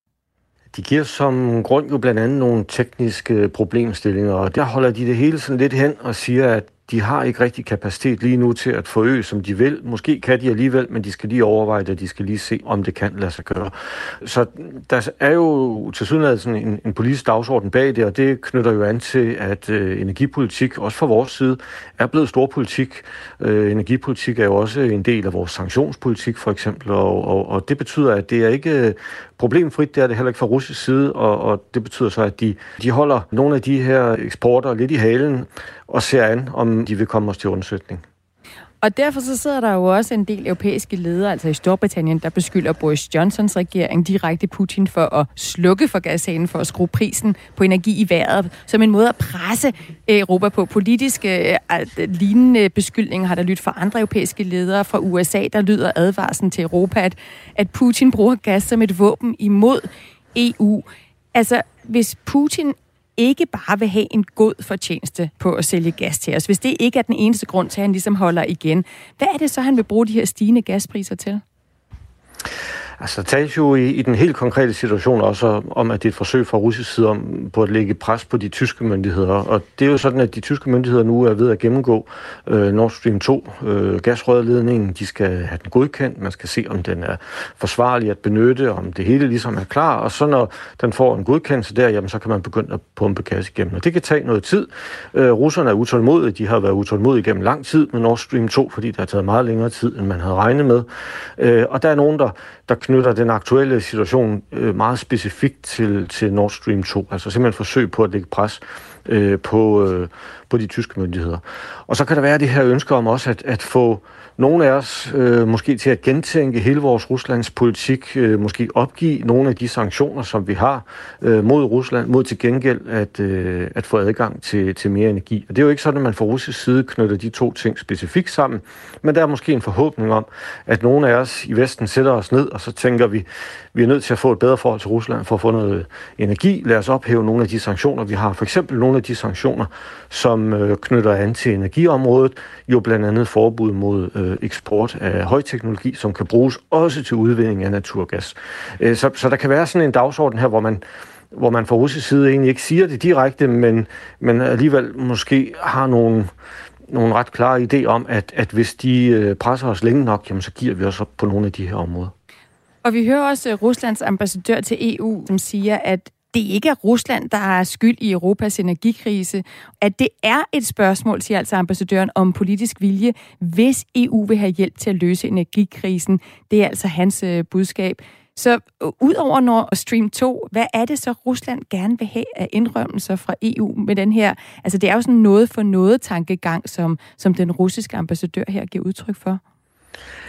De giver som grund jo blandt andet nogle tekniske problemstillinger, og der holder de det hele sådan lidt hen og siger, at de har ikke rigtig kapacitet lige nu til at forøge, som de vil. Måske kan de alligevel, men de skal lige overveje det, de skal lige se, om det kan lade sig gøre. Så der er jo tilsyneladende sådan en, en politisk dagsorden bag det, og det knytter jo an til, at øh, energipolitik, også fra vores side, er blevet storpolitik. Øh, energipolitik er jo også en del af vores sanktionspolitik, for eksempel, og, og, og det betyder, at det er ikke problemfrit, det er det heller ikke fra russisk side, og, og det betyder så, at de, de holder nogle af de her eksporter lidt i halen, og ser an, om de vil komme os til undsætning. Og derfor så sidder der jo også en del europæiske ledere, altså i Storbritannien, der beskylder Boris Johnsons regering direkte Putin for at slukke for gashanen, for at skrue prisen på energi i vejret, som en måde at presse Europa på. Politiske lignende beskyldninger har der lyttet fra andre europæiske ledere. Fra U S A, der lyder advarslen til Europa, at, at Putin bruger gas som et våben imod E U. Altså, hvis Putin ikke bare vil have en god fortjeneste på at sælge gas til os, hvis det ikke er den eneste grund til, at han ligesom holder igen, hvad er det så, han vil bruge de her stigende gaspriser til? Altså, der tales jo i, i den helt konkrete situation også om, at det er et forsøg fra russisk side om, på at lægge pres på de tyske myndigheder. Og det er jo sådan, at de tyske myndigheder nu er ved at gennemgå øh, Nord Stream to, øh, gasrørledningen. De skal have den godkendt. Man skal se, om den er forsvarlig at benytte, om det hele ligesom er klar. Og så når den får en godkendelse der, jamen, så kan man begynde at pumpe gas igennem. Og det kan tage noget tid. Øh, russerne er utålmodige. De har været utålmodige gennem lang tid med Nord Stream to, fordi det har taget meget længere tid, end man havde regnet med. Øh, og der er nogen, der, der knytter den aktuelle situation øh, meget specifikt til, til Nord Stream to. Altså simpelthen forsøg på at lægge pres øh, på, øh, på de tyske myndigheder. Og så kan der være det her ønske om også at, at få nogle af os øh, måske til at gentænke hele vores Ruslands politik, øh, måske opgive nogle af de sanktioner, som vi har øh, mod Rusland, mod til gengæld at, øh, at få adgang til, til mere energi. Og det er jo ikke sådan, at man fra russisk side knytter de to ting specifikt sammen, men der er måske en forhåbning om, at nogle af os i Vesten sætter os ned, og så tænker vi, vi er nødt til at få et bedre forhold til Rusland for at få noget energi. Lad os ophæve nogle af de sanktioner, vi har. For eksempel nogle af de sanktioner, som øh, knytter an til energiområdet, jo blandt andet forbud mod øh, eksport af højteknologi, som kan bruges også til udvinding af naturgas. Øh, så, så der kan være sådan en dagsorden her, hvor man hvor man fra russisk side egentlig ikke siger det direkte, men, men alligevel måske har nogle, nogle ret klare idéer om, at, at hvis de øh, presser os længe nok, jamen, så giver vi os op på nogle af de her områder. Og vi hører også Ruslands ambassadør til E U, som siger, at det ikke er Rusland, der er skyld i Europas energikrise. At det er et spørgsmål, siger altså ambassadøren, om politisk vilje, hvis E U vil have hjælp til at løse energikrisen. Det er altså hans øh, budskab. Så udover Nord Stream to, hvad er det så, Rusland gerne vil have af indrømmelser fra E U med den her? Altså det er jo sådan noget for noget tankegang, som, som den russiske ambassadør her giver udtryk for.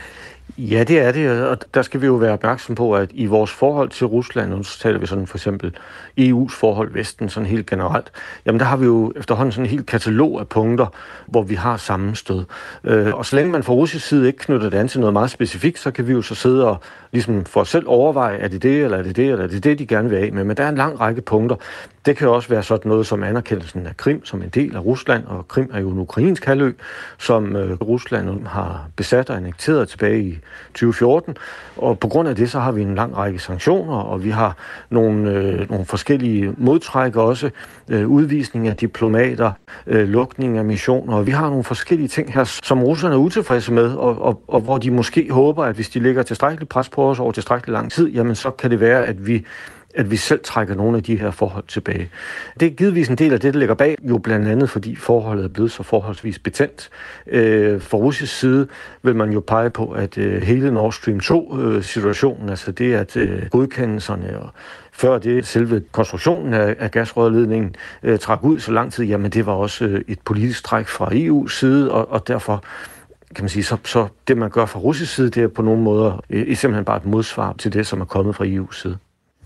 Ja, det er det, og der skal vi jo være opmærksom på, at i vores forhold til Rusland, og så taler vi sådan for eksempel E U's forhold, Vesten sådan helt generelt, jamen der har vi jo efterhånden sådan en helt katalog af punkter, hvor vi har sammenstød. Og så længe man fra russisk side ikke knytter det an til noget meget specifikt, så kan vi jo så sidde og ligesom for os selv overveje, er det det, eller er det det, eller er det det, de gerne vil af med. Men der er en lang række punkter. Det kan jo også være sådan noget som anerkendelsen af Krim som en del af Rusland, og Krim er jo en ukrainsk halvø, som øh, Rusland har besat og annekteret tilbage i tyve fjorten. Og på grund af det, så har vi en lang række sanktioner, og vi har nogle, øh, nogle forskellige modtræk også, øh, udvisning af diplomater, øh, lukning af missioner, og vi har nogle forskellige ting her, som russerne er utilfredse med, og, og, og hvor de måske håber, at hvis de lægger tilstrækkeligt pres på os over tilstrækkeligt lang tid, jamen så kan det være, at vi at vi selv trækker nogle af de her forhold tilbage. Det er givetvis en del af det, der ligger bag, jo blandt andet fordi forholdet er blevet så forholdsvis betændt. Øh, fra russisk side vil man jo pege på, at øh, hele Nord Stream to-situationen, øh, altså det, at øh, godkendelserne og før det selve konstruktionen af, af gasrørledningen øh, trak ud så lang tid, jamen det var også øh, et politisk træk fra E U's side, og, og derfor kan man sige, så, så det man gør fra russisk side, det er på nogle måder øh, simpelthen bare et modsvar til det, som er kommet fra E U's side.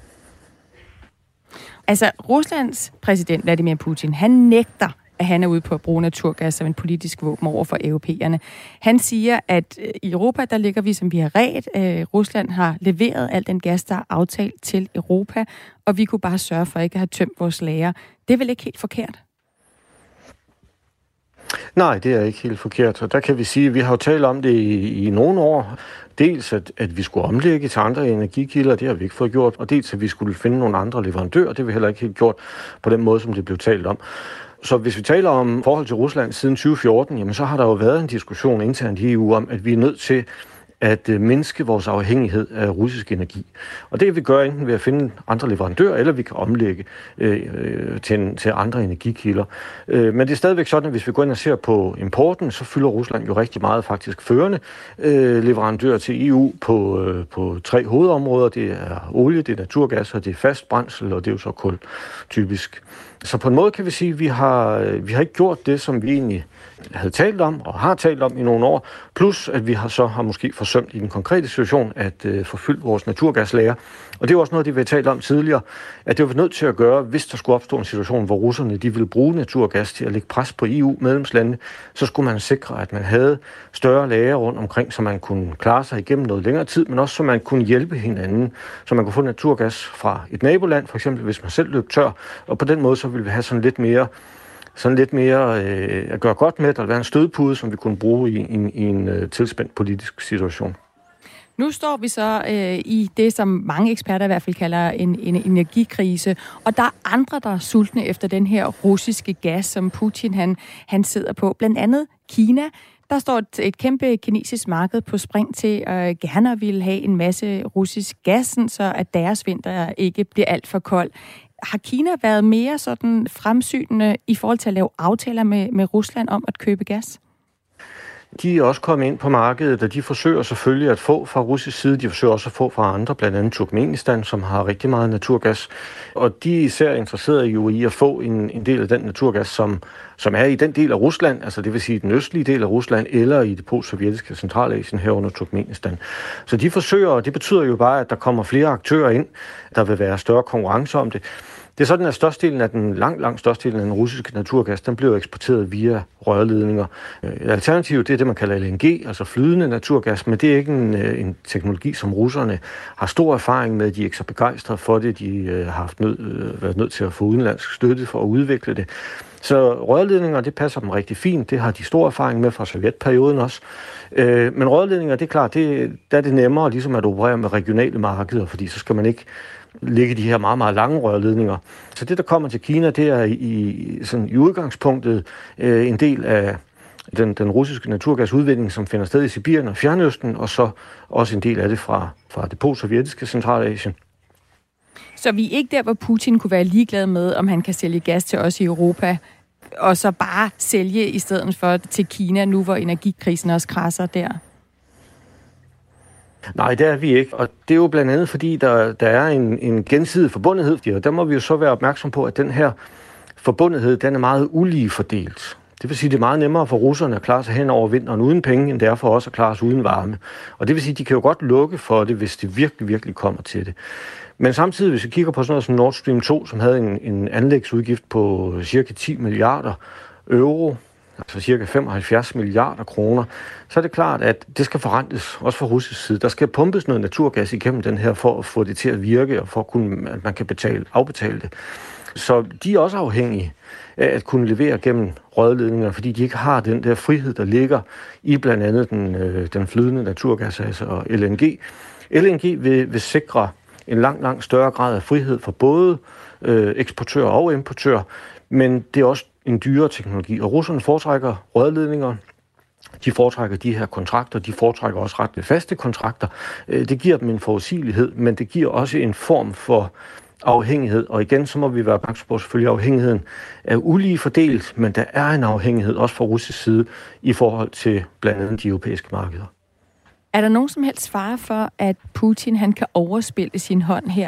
Altså, Ruslands præsident Vladimir Putin, han nægter, at han er ude på at bruge naturgas som en politisk våben over for europæerne. Han siger, at i Europa, der ligger vi, som vi har ret. Rusland har leveret al den gas, der er aftalt til Europa, og vi kunne bare sørge for ikke at have tømt vores lager. Det er vel ikke helt forkert? Nej, det er ikke helt forkert. Og der kan vi sige, at vi har jo talt om det i, i nogle år. Dels, at, at vi skulle omlægge til andre energikilder, det har vi ikke fået gjort. Og dels, at vi skulle finde nogle andre leverandører, det har vi heller ikke helt gjort på den måde, som det blev talt om. Så hvis vi taler om forhold til Rusland siden tyve fjorten, jamen så har der jo været en diskussion internt i E U om, at vi er nødt til at mindske vores afhængighed af russisk energi. Og det kan vi gøre enten ved at finde andre leverandører, eller vi kan omlægge øh, til, til andre energikilder. Øh, men det er stadigvæk sådan, at hvis vi går ind og ser på importen, så fylder Rusland jo rigtig meget faktisk førende øh, leverandører til E U på, øh, på tre hovedområder. Det er olie, det er naturgas, og det er fast brændsel, og det er jo så kul typisk. Så på en måde kan vi sige, at vi har, vi har ikke gjort det, som vi egentlig havde talt om og har talt om i nogle år. Plus, at vi har så har måske forsømt i den konkrete situation at øh, forfylde vores naturgaslager. Og det er også noget, det vi har talt om tidligere, at det var nødt til at gøre, hvis der skulle opstå en situation, hvor russerne de ville bruge naturgas til at lægge pres på E U-medlemslandene, så skulle man sikre, at man havde større lager rundt omkring, så man kunne klare sig igennem noget længere tid, men også så man kunne hjælpe hinanden, så man kunne få naturgas fra et naboland, for eksempel hvis man selv løb tør, og på den måde så ville vi have sådan lidt mere sådan lidt mere øh, at gøre godt med, at der være en stødpude, som vi kunne bruge i, i, i en øh, tilspændt politisk situation. Nu står vi så øh, i det, som mange eksperter i hvert fald kalder en, en energikrise, og der er andre, der er sultne efter den her russiske gas, som Putin han, han sidder på. Blandt andet Kina. Der står et, et kæmpe kinesisk marked på spring til at gerne ville have en masse russisk gas, så at deres vinter ikke bliver alt for kold. Har Kina været mere sådan fremsynende i forhold til at lave aftaler med, med Rusland om at købe gas? De er også kommet ind på markedet, og de forsøger selvfølgelig at få fra russisk side. De forsøger også at få fra andre, blandt andet Turkmenistan, som har rigtig meget naturgas. Og de er især interesserede jo i at få en, en del af den naturgas, som, som er i den del af Rusland, altså det vil sige den østlige del af Rusland, eller i det postsovjetiske Centralasien herunder Turkmenistan. Så de forsøger, og det betyder jo bare, at der kommer flere aktører ind, der vil være større konkurrence om det. Det er sådan, at størstedelen af den, langt, langt størstedelen af den russiske naturgas, den bliver eksporteret via rørledninger. Alternativet, det er det, man kalder L N G, altså flydende naturgas, men det er ikke en, en teknologi, som russerne har stor erfaring med. De er ikke så begejstrede for det. De har haft nød, været nødt til at få udenlandsk støtte for at udvikle det. Så rørledninger, det passer dem rigtig fint. Det har de stor erfaring med fra sovjetperioden også. Men rørledninger, det er klart, det, der er det nemmere ligesom at operere med regionale markeder, fordi så skal man ikke ligge de her meget, meget lange rørledninger. Så det, der kommer til Kina, det er i, sådan, i udgangspunktet øh, en del af den, den russiske naturgasudvinding, som finder sted i Sibirien og Fjernøsten, og så også en del af det fra, fra det postsovjetiske Centralasien. Så vi er ikke der, hvor Putin kunne være ligeglad med, om han kan sælge gas til os i Europa, og så bare sælge i stedet for til Kina, nu hvor energikrisen også krasser der? Nej, det er vi ikke, og det er jo blandt andet, fordi der, der er en, en gensidig forbundethed, og der må vi jo så være opmærksom på, at den her forbundethed, den er meget ulige fordelt. Det vil sige, at det er meget nemmere for russerne at klare sig hen over vinteren uden penge, end det er for os at klare sig uden varme. Og det vil sige, at de kan jo godt lukke for det, hvis det virkelig, virkelig kommer til det. Men samtidig, hvis vi kigger på sådan noget som Nord Stream to, som havde en, en anlægsudgift på cirka ti milliarder euro, altså cirka femoghalvfjerds milliarder kroner, så er det klart, at det skal forrentes, også fra russisk side. Der skal pumpes noget naturgas igennem den her, for at få det til at virke, og for at, kunne, at man kan betale, afbetale det. Så de er også afhængige af at kunne levere gennem rørledninger, fordi de ikke har den der frihed, der ligger i blandt andet den, øh, den flydende naturgas, altså L N G. L N G vil, vil sikre en langt, langt større grad af frihed for både øh, eksportører og importører, men det er også en dyrere teknologi, og russerne foretrækker rørledninger, de foretrækker de her kontrakter, de foretrækker også ret faste kontrakter. Det giver dem en forudsigelighed, men det giver også en form for afhængighed, og igen så må vi være opmærksom på, selvfølgelig afhængigheden er ulige fordelt, men der er en afhængighed også fra russisk side i forhold til blandt andet de europæiske markeder. Er der nogen som helst fare for, at Putin han kan overspille sin hånd her?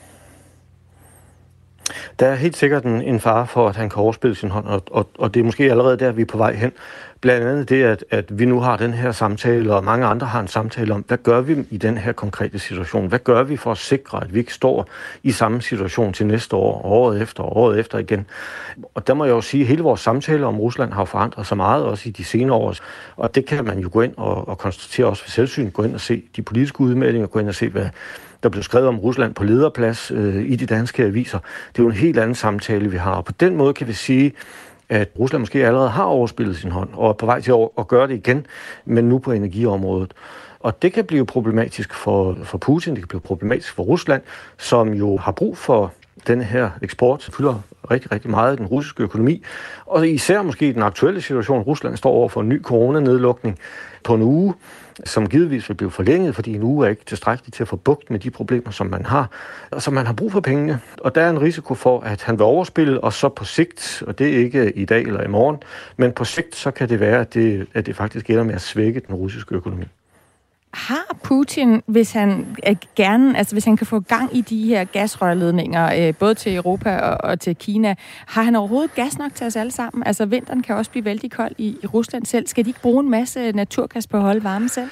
Der er helt sikkert en, en fare for, at han kan overspille sin hånd, og, og, og det er måske allerede der, vi er på vej hen. Blandt andet det, at, at vi nu har den her samtale, og mange andre har en samtale om, hvad gør vi i den her konkrete situation? Hvad gør vi for at sikre, at vi ikke står i samme situation til næste år, året efter og året efter igen? Og der må jeg jo sige, at hele vores samtale om Rusland har forandret sig meget, også i de senere år. Og det kan man jo gå ind og, og konstatere også ved selvsyn, gå ind og se de politiske udmeldinger, gå ind og se, hvad der blev skrevet om Rusland på lederplads øh, i de danske aviser. Det er jo en helt anden samtale, vi har. Og på den måde kan vi sige, at Rusland måske allerede har overspillet sin hånd, og er på vej til at, at gøre det igen, men nu på energiområdet. Og det kan blive problematisk for, for Putin, det kan blive problematisk for Rusland, som jo har brug for den her eksport, som fylder rigtig, rigtig meget i den russiske økonomi. Og især måske i den aktuelle situation, Rusland står over for en ny coronanedlukning på en uge, som givetvis vil blive forlænget, fordi en uge er ikke tilstrækkeligt til at få bugt med de problemer, som man har. Og så man har brug for pengene, og der er en risiko for, at han vil overspille, og så på sigt, og det er ikke i dag eller i morgen, men på sigt, så kan det være, at det, at det faktisk ender med at svække den russiske økonomi. Har Putin, hvis han gerne, altså hvis han kan få gang i de her gasrørledninger, både til Europa og, og til Kina, har han overhovedet gas nok til os alle sammen? Altså vinteren kan også blive vældig kold i, i Rusland selv. Skal de ikke bruge en masse naturgas på at holde varme selv?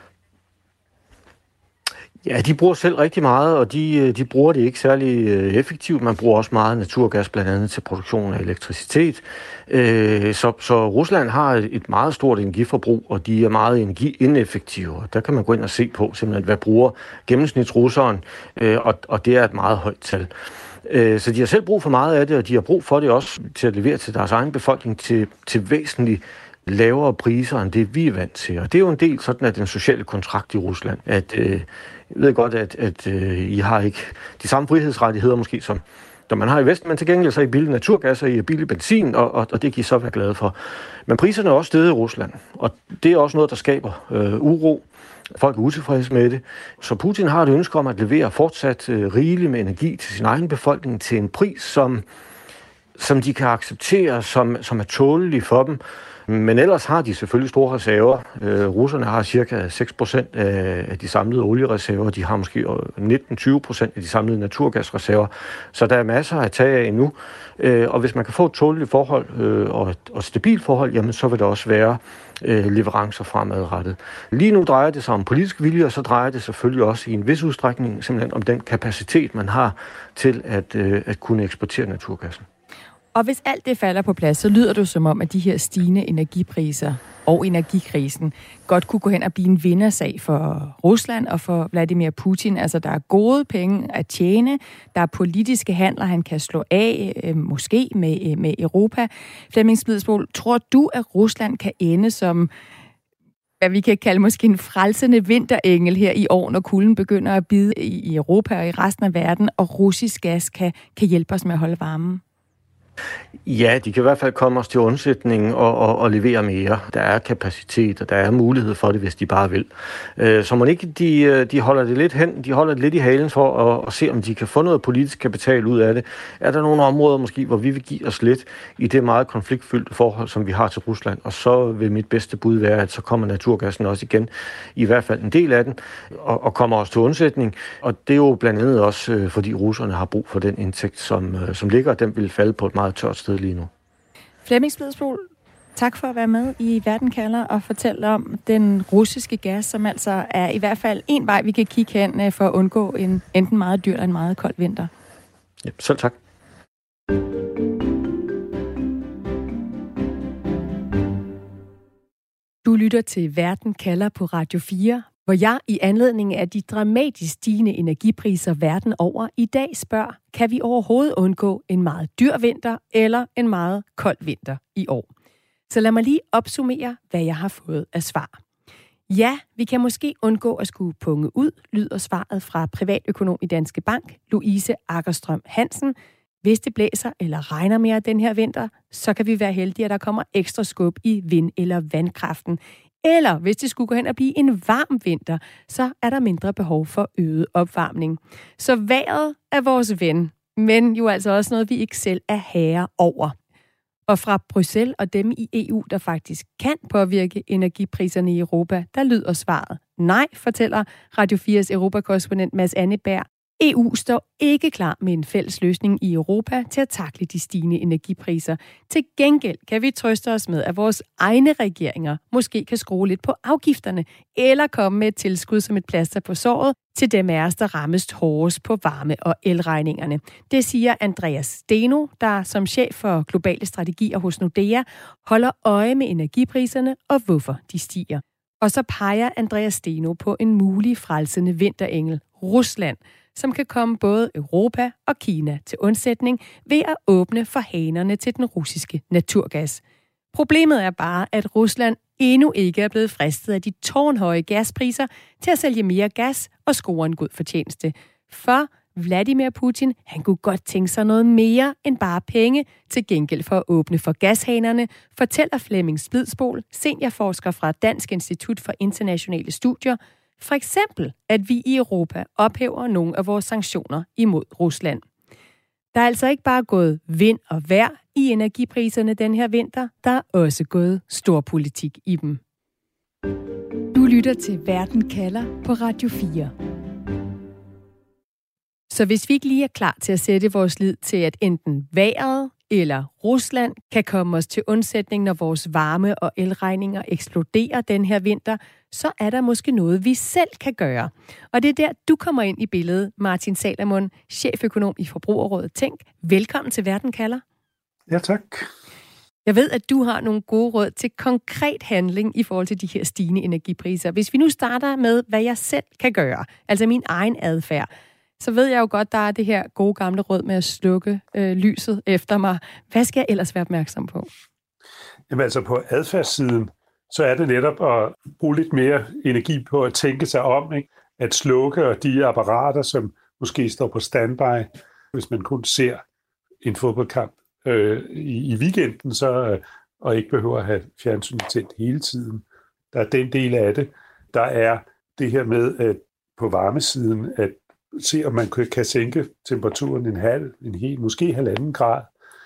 Ja, de bruger selv rigtig meget, og de, de bruger det ikke særlig effektivt. Man bruger også meget naturgas, blandt andet til produktion af elektricitet. Så, så Rusland har et meget stort energiforbrug, og de er meget energiineffektive. Der kan man gå ind og se på, simpelthen, hvad bruger gennemsnitsrusseren, og, og det er et meget højt tal. Så de har selv brug for meget af det, og de har brug for det også til at levere til deres egen befolkning til, til væsentligt lavere priser, end det vi er vant til. Og det er jo en del sådan af den sociale kontrakt i Rusland, at øh, jeg ved godt, at, at øh, I har ikke de samme frihedsrettigheder måske, som, som man har i Vesten, men til gengæld så er I billig naturgas, og I er billig benzin, og, og, og det kan I så være glade for. Men priserne er også steget i Rusland, og det er også noget, der skaber øh, uro. Folk er utilfredse med det. Så Putin har et ønske om at levere fortsat øh, rigeligt med energi til sin egen befolkning til en pris, som, som de kan acceptere, som, som er tålelig for dem. Men ellers har de selvfølgelig store reserver. Øh, russerne har cirka seks procent af de samlede oliereserver. De har måske nitten til tyve procent af de samlede naturgasreserver. Så der er masser at tage af endnu. Øh, og hvis man kan få et tåleligt forhold øh, og et og stabilt forhold, jamen så vil der også være øh, leverancer fremadrettet. Lige nu drejer det sig om politisk vilje, og så drejer det selvfølgelig også i en vis udstrækning simpelthen om den kapacitet, man har til at, øh, at kunne eksportere naturgassen. Og hvis alt det falder på plads, så lyder det som om, at de her stigende energipriser og energikrisen godt kunne gå hen og blive en vindersag for Rusland og for Vladimir Putin. Altså, der er gode penge at tjene, der er politiske handler, han kan slå af, øh, måske med, øh, med Europa. Flemming Spidsbol, tror du, at Rusland kan ende som, hvad vi kan kalde måske en frelsende vinterengel her i år, når kulden begynder at bide i Europa og i resten af verden, og russisk gas kan, kan hjælpe os med at holde varmen? Ja, de kan i hvert fald komme os til undsætning og, og, og levere mere. Der er kapacitet, og der er mulighed for det, hvis de bare vil. Så må ikke de, de holder det lidt hen, de holder det lidt i halen for at, at se, om de kan få noget politisk kapital ud af det. Er der nogle områder måske, hvor vi vil give os lidt i det meget konfliktfyldte forhold, som vi har til Rusland, og så vil mit bedste bud være, at så kommer naturgassen også igen, i hvert fald en del af den, og, og kommer også til undsætning. Og det er jo blandt andet også, fordi russerne har brug for den indtægt, som, som ligger, den vil falde på et meget tørt sted lige nu. Flemming Spidsbol, Tak for at være med i Verden kalder og fortælle om den russiske gas, som altså er i hvert fald en vej, vi kan kigge hen for at undgå en enten meget dyr eller en meget kold vinter. Ja, selv tak. Du lytter til Verden kalder på Radio fire, hvor jeg i anledning af de dramatisk stigende energipriser verden over i dag spørger, kan vi overhovedet undgå en meget dyr vinter eller en meget kold vinter i år? Så lad mig lige opsummere, hvad jeg har fået af svar. Ja, vi kan måske undgå at skulle punge ud, lyder svaret fra privatøkonom i Danske Bank, Louise Akkerstrøm Hansen. Hvis det blæser eller regner mere den her vinter, så kan vi være heldige, at der kommer ekstra skub i vind- eller vandkraften. Eller hvis det skulle gå hen og blive en varm vinter, så er der mindre behov for øget opvarmning. Så vejret er vores ven, men jo altså også noget, vi ikke selv er herre over. Og fra Bruxelles og dem i E U, der faktisk kan påvirke energipriserne i Europa, der lyder svaret nej, fortæller Radio fires europakorrespondent Mads Anneberg. E U står ikke klar med en fælles løsning i Europa til at takle de stigende energipriser. Til gengæld kan vi trøste os med, at vores egne regeringer måske kan skrue lidt på afgifterne, eller komme med et tilskud som et plaster på såret til dem af os, der rammes hårdest på varme- og elregningerne. Det siger Andreas Steno, der som chef for globale strategier hos Nordea holder øje med energipriserne og hvorfor de stiger. Og så peger Andreas Steno på en mulig frelsende vinterengel, Rusland, som kan komme både Europa og Kina til undsætning ved at åbne for hanerne til den russiske naturgas. Problemet er bare, at Rusland endnu ikke er blevet fristet af de tårnhøje gaspriser til at sælge mere gas og score en god fortjeneste. For Vladimir Putin, han kunne godt tænke sig noget mere end bare penge til gengæld for at åbne for gashanerne, fortæller Flemming Splidsbol, seniorforsker fra Dansk Institut for Internationale Studier. For eksempel, at vi i Europa ophæver nogle af vores sanktioner imod Rusland. Der er altså ikke bare gået vind og vejr i energipriserne den her vinter, der er også gået storpolitik i dem. Du lytter til Verden kalder på Radio fire. Så hvis vi ikke lige er klar til at sætte vores lid til, at enten vejret eller Rusland kan komme os til undsætning, når vores varme- og elregninger eksploderer den her vinter, så er der måske noget, vi selv kan gøre. Og det er der, du kommer ind i billedet, Martin Salomon, cheføkonom i Forbrugerrådet Tænk. Velkommen til Verden kalder. Ja, tak. Jeg ved, at du har nogle gode råd til konkret handling i forhold til de her stigende energipriser. Hvis vi nu starter med, hvad jeg selv kan gøre, altså min egen adfærd, så ved jeg jo godt, der er det her gode gamle råd med at slukke øh, lyset efter mig. Hvad skal jeg ellers være opmærksom på? Jamen altså på adfærdssiden, så er det netop at bruge lidt mere energi på at tænke sig om, ikke? At slukke og de apparater, som måske står på standby, hvis man kun ser en fodboldkamp øh, i, i weekenden, så, øh, og ikke behøver at have fjernsynet tændt hele tiden. Der er den del af det. Der er det her med, at på varmesiden, at se, om man kan sænke temperaturen en halv, en hel, måske halvanden grad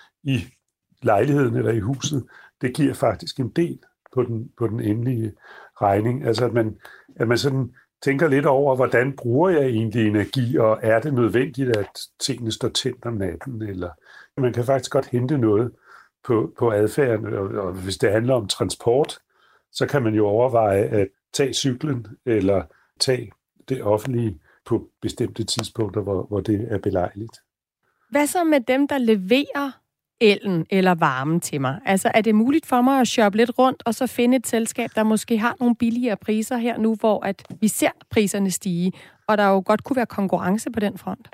i lejligheden eller i huset. Det giver faktisk en del på den, på den endelige regning. Altså, at man, at man sådan tænker lidt over, hvordan bruger jeg egentlig energi, og er det nødvendigt, at tingene står tændt om natten? Eller man kan faktisk godt hente noget på, på adfærden, og, og hvis det handler om transport, så kan man jo overveje at tage cyklen eller tage det offentlige på bestemte tidspunkter, hvor, hvor det er belejligt. Hvad så med dem, der leverer elen eller varmen til mig? Altså, er det muligt for mig at shoppe lidt rundt, og så finde et selskab, der måske har nogle billigere priser her nu, hvor at vi ser priserne stige, og der jo godt kunne være konkurrence på den front?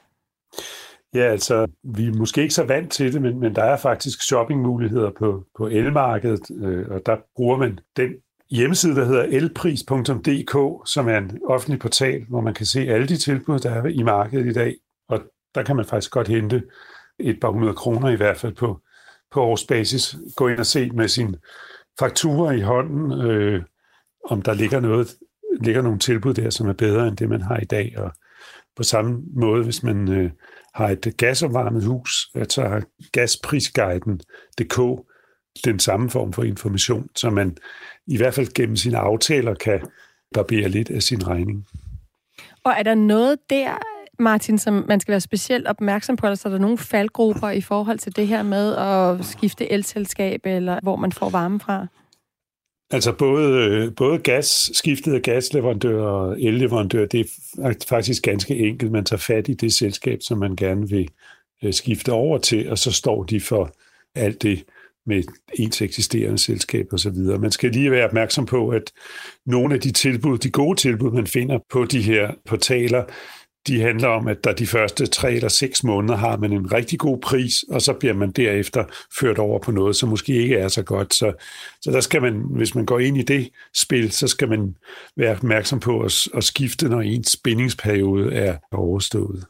Ja, altså, vi er måske ikke så vant til det, men, men der er faktisk shoppingmuligheder på, på elmarkedet, øh, og der bruger man den hjemmeside, der hedder elpris punktum d k, som er en offentlig portal, hvor man kan se alle de tilbud, der er i markedet i dag. Og der kan man faktisk godt hente et par hundrede kroner i hvert fald på, på årsbasis. Gå ind og se med sin faktura i hånden, øh, om der ligger, noget, ligger nogle tilbud der, som er bedre end det, man har i dag. Og på samme måde, hvis man øh, har et gasopvarmet hus, så har gasprisguiden punktum d k den samme form for information, så man i hvert fald gennem sine aftaler kan barbere lidt af sin regning. Og er der noget der, Martin, som man skal være specielt opmærksom på, eller så er der nogle faldgrupper i forhold til det her med at skifte elselskab, eller hvor man får varme fra? Altså både, både gas, skiftet af gasleverandør og elleverandør, det er faktisk ganske enkelt. Man tager fat i det selskab, som man gerne vil skifte over til, og så står de for alt det med ens eksisterende selskab og så videre. Man skal lige være opmærksom på, at nogle af de tilbud, de gode tilbud, man finder på de her portaler, de handler om, at der de første tre eller seks måneder har man en rigtig god pris, og så bliver man derefter ført over på noget, som måske ikke er så godt. Så, så der skal man, hvis man går ind i det spil, så skal man være opmærksom på at, at skifte, når ens spændingsperiode er overstået.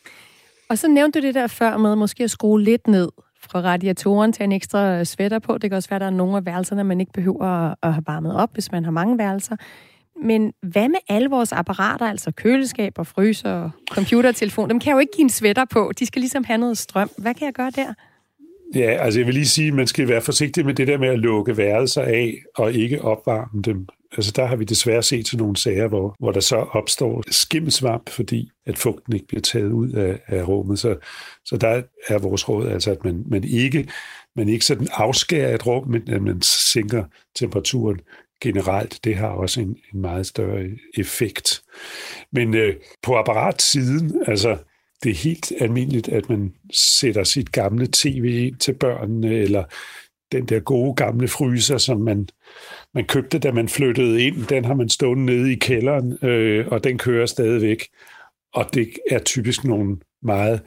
Og så nævnte du det der før med måske at skrue lidt ned fra radiatoren til en ekstra sweater på. Det kan også være, at der er nogle af værelserne, man ikke behøver at have varmet op, hvis man har mange værelser. Men hvad med alle vores apparater, altså køleskaber, fryser og computertelefon? Dem kan jeg jo ikke give en sweater på. De skal ligesom have noget strøm. Hvad kan jeg gøre der? Ja, altså jeg vil lige sige, at man skal være forsigtig med det der med at lukke værelser af og ikke opvarme dem. Altså der har vi desværre set til nogle sager, hvor, hvor der så opstår skimmelsvamp, fordi at fugten ikke bliver taget ud af, af rummet. Så, så der er vores råd altså, at man, man, ikke, man ikke sådan afskærer et rum, men at man sænker temperaturen generelt. Det har også en, en meget større effekt. Men øh, på apparatsiden, altså det er helt almindeligt, at man sætter sit gamle tv ind til børnene, eller den der gode gamle fryser, som man, man købte, da man flyttede ind, den har man stående nede i kælderen, øh, og den kører stadigvæk. Og det er typisk nogle meget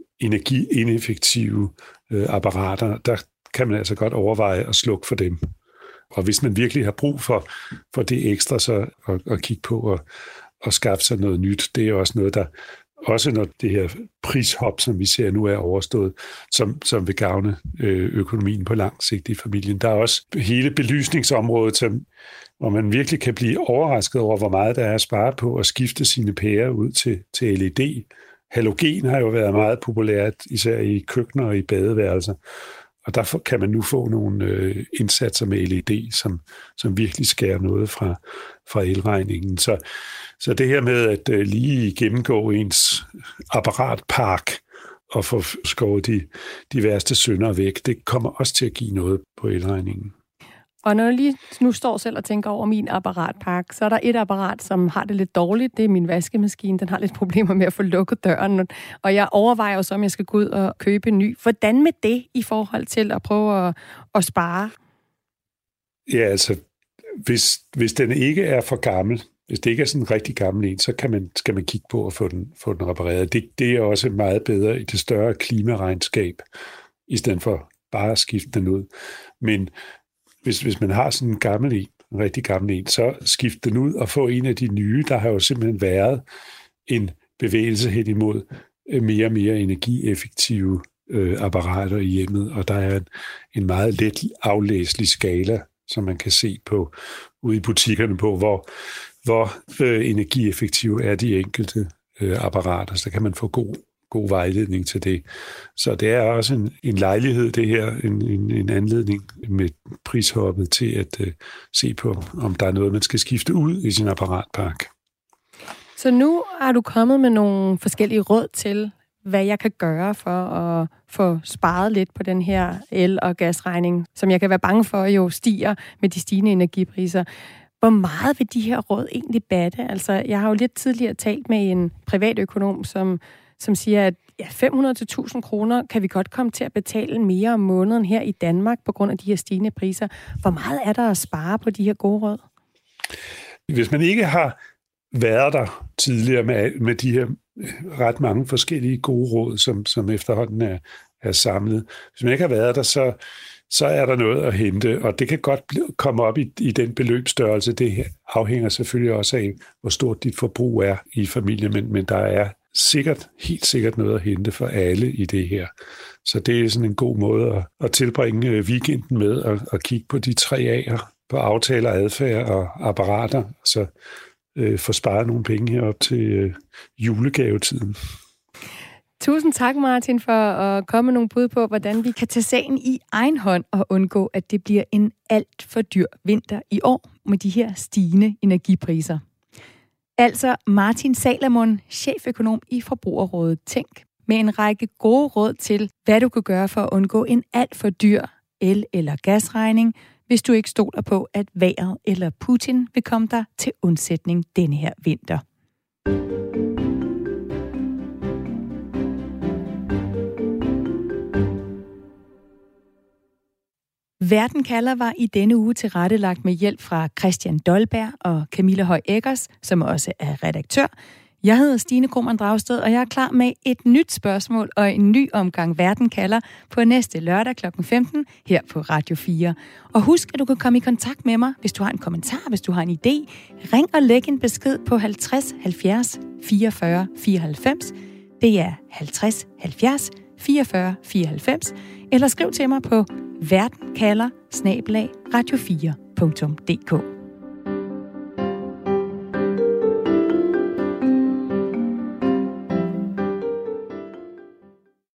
energiineffektive øh, apparater. Der kan man altså godt overveje at slukke for dem. Og hvis man virkelig har brug for, for det ekstra, så at, at kigge på og, og skaffe sig noget nyt, det er også noget, der også når det her prishop, som vi ser nu er overstået, som, som vil gavne økonomien på lang sigt i familien. Der er også hele belysningsområdet, som, hvor man virkelig kan blive overrasket over, hvor meget der er at spare på at skifte sine pærer ud til, til L E D. Halogen har jo været meget populært, især i køkkener og i badeværelser. Og der kan man nu få nogle øh, indsatser med L E D, som, som virkelig skærer noget fra, fra elregningen. Så, så det her med at øh, lige gennemgå ens apparatpark og få skåret de, de værste synder væk, det kommer også til at give noget på elregningen. Og når jeg lige nu står selv og tænker over min apparatpakke, så er der et apparat, som har det lidt dårligt. Det er min vaskemaskine. Den har lidt problemer med at få lukket døren. Og jeg overvejer også, om jeg skal gå ud og købe en ny. Hvordan med det i forhold til at prøve at, at spare? Ja, altså, hvis, hvis den ikke er for gammel, hvis det ikke er sådan en rigtig gammel en, så kan man, skal man kigge på at få den, få den repareret. Det, det er også meget bedre i det større klimaregnskab, i stedet for bare at skifte den ud. Men Hvis, hvis man har sådan en gammel en, en rigtig gammel en, så skift den ud og få en af de nye. Der har jo simpelthen været en bevægelse hen imod mere og mere energieffektive øh, apparater i hjemmet, og der er en, en meget let aflæselig skala, som man kan se på ude i butikkerne på, hvor, hvor øh, energieffektive er de enkelte øh, apparater. Så kan man få god god vejledning til det. Så det er også en, en lejlighed, det her, en, en, en anledning med prishoppet til at uh, se på, om der er noget, man skal skifte ud i sin apparatpark. Så nu er du kommet med nogle forskellige råd til, hvad jeg kan gøre for at få sparet lidt på den her el- og gasregning, som jeg kan være bange for jo stiger med de stigende energipriser. Hvor meget vil de her råd egentlig batte? Altså, jeg har jo lidt tidligere talt med en privatøkonom, som som siger, at ja, fem hundrede til tusind kroner kan vi godt komme til at betale mere om måneden her i Danmark på grund af de her stigende priser. Hvor meget er der at spare på de her gode råd? Hvis man ikke har været der tidligere med, med de her ret mange forskellige gode råd, som, som efterhånden er, er samlet. Hvis man ikke har været der, så, så er der noget at hente, og det kan godt komme op i, i den beløbsstørrelse. Det afhænger selvfølgelig også af, hvor stort dit forbrug er i familien, men, men der er sikkert, helt sikkert noget at hente for alle i det her. Så det er sådan en god måde at, at tilbringe weekenden med at, at kigge på de tre A'er, på aftaler, adfærd og apparater, så øh, få sparet nogle penge herop til øh, julegavetiden. Tusind tak, Martin, for at komme med nogle bud på, hvordan vi kan tage sagen i egen hånd og undgå, at det bliver en alt for dyr vinter i år med de her stigende energipriser. Altså Martin Salomon, cheføkonom i Forbrugerrådet Tænk, med en række gode råd til, hvad du kan gøre for at undgå en alt for dyr el- eller gasregning, hvis du ikke stoler på, at vejret eller Putin vil komme dig til undsætning denne her vinter. Verden kalder var i denne uge tilrettelagt med hjælp fra Christian Dolberg og Camilla Høj Eggers, som også er redaktør. Jeg hedder Stine Krohmann Dragsted, og jeg er klar med et nyt spørgsmål og en ny omgang Verden kalder på næste lørdag klokken femten her på Radio fire. Og husk, at du kan komme i kontakt med mig, hvis du har en kommentar, hvis du har en idé. Ring og læg en besked på halvtreds halvfjerds fireogfyrre fireoghalvfems. Det er halvtreds halvfjerds fireogfyrre fireoghalvfems. Eller skriv til mig på verdenkalder snabel-a radio fire punktum d k.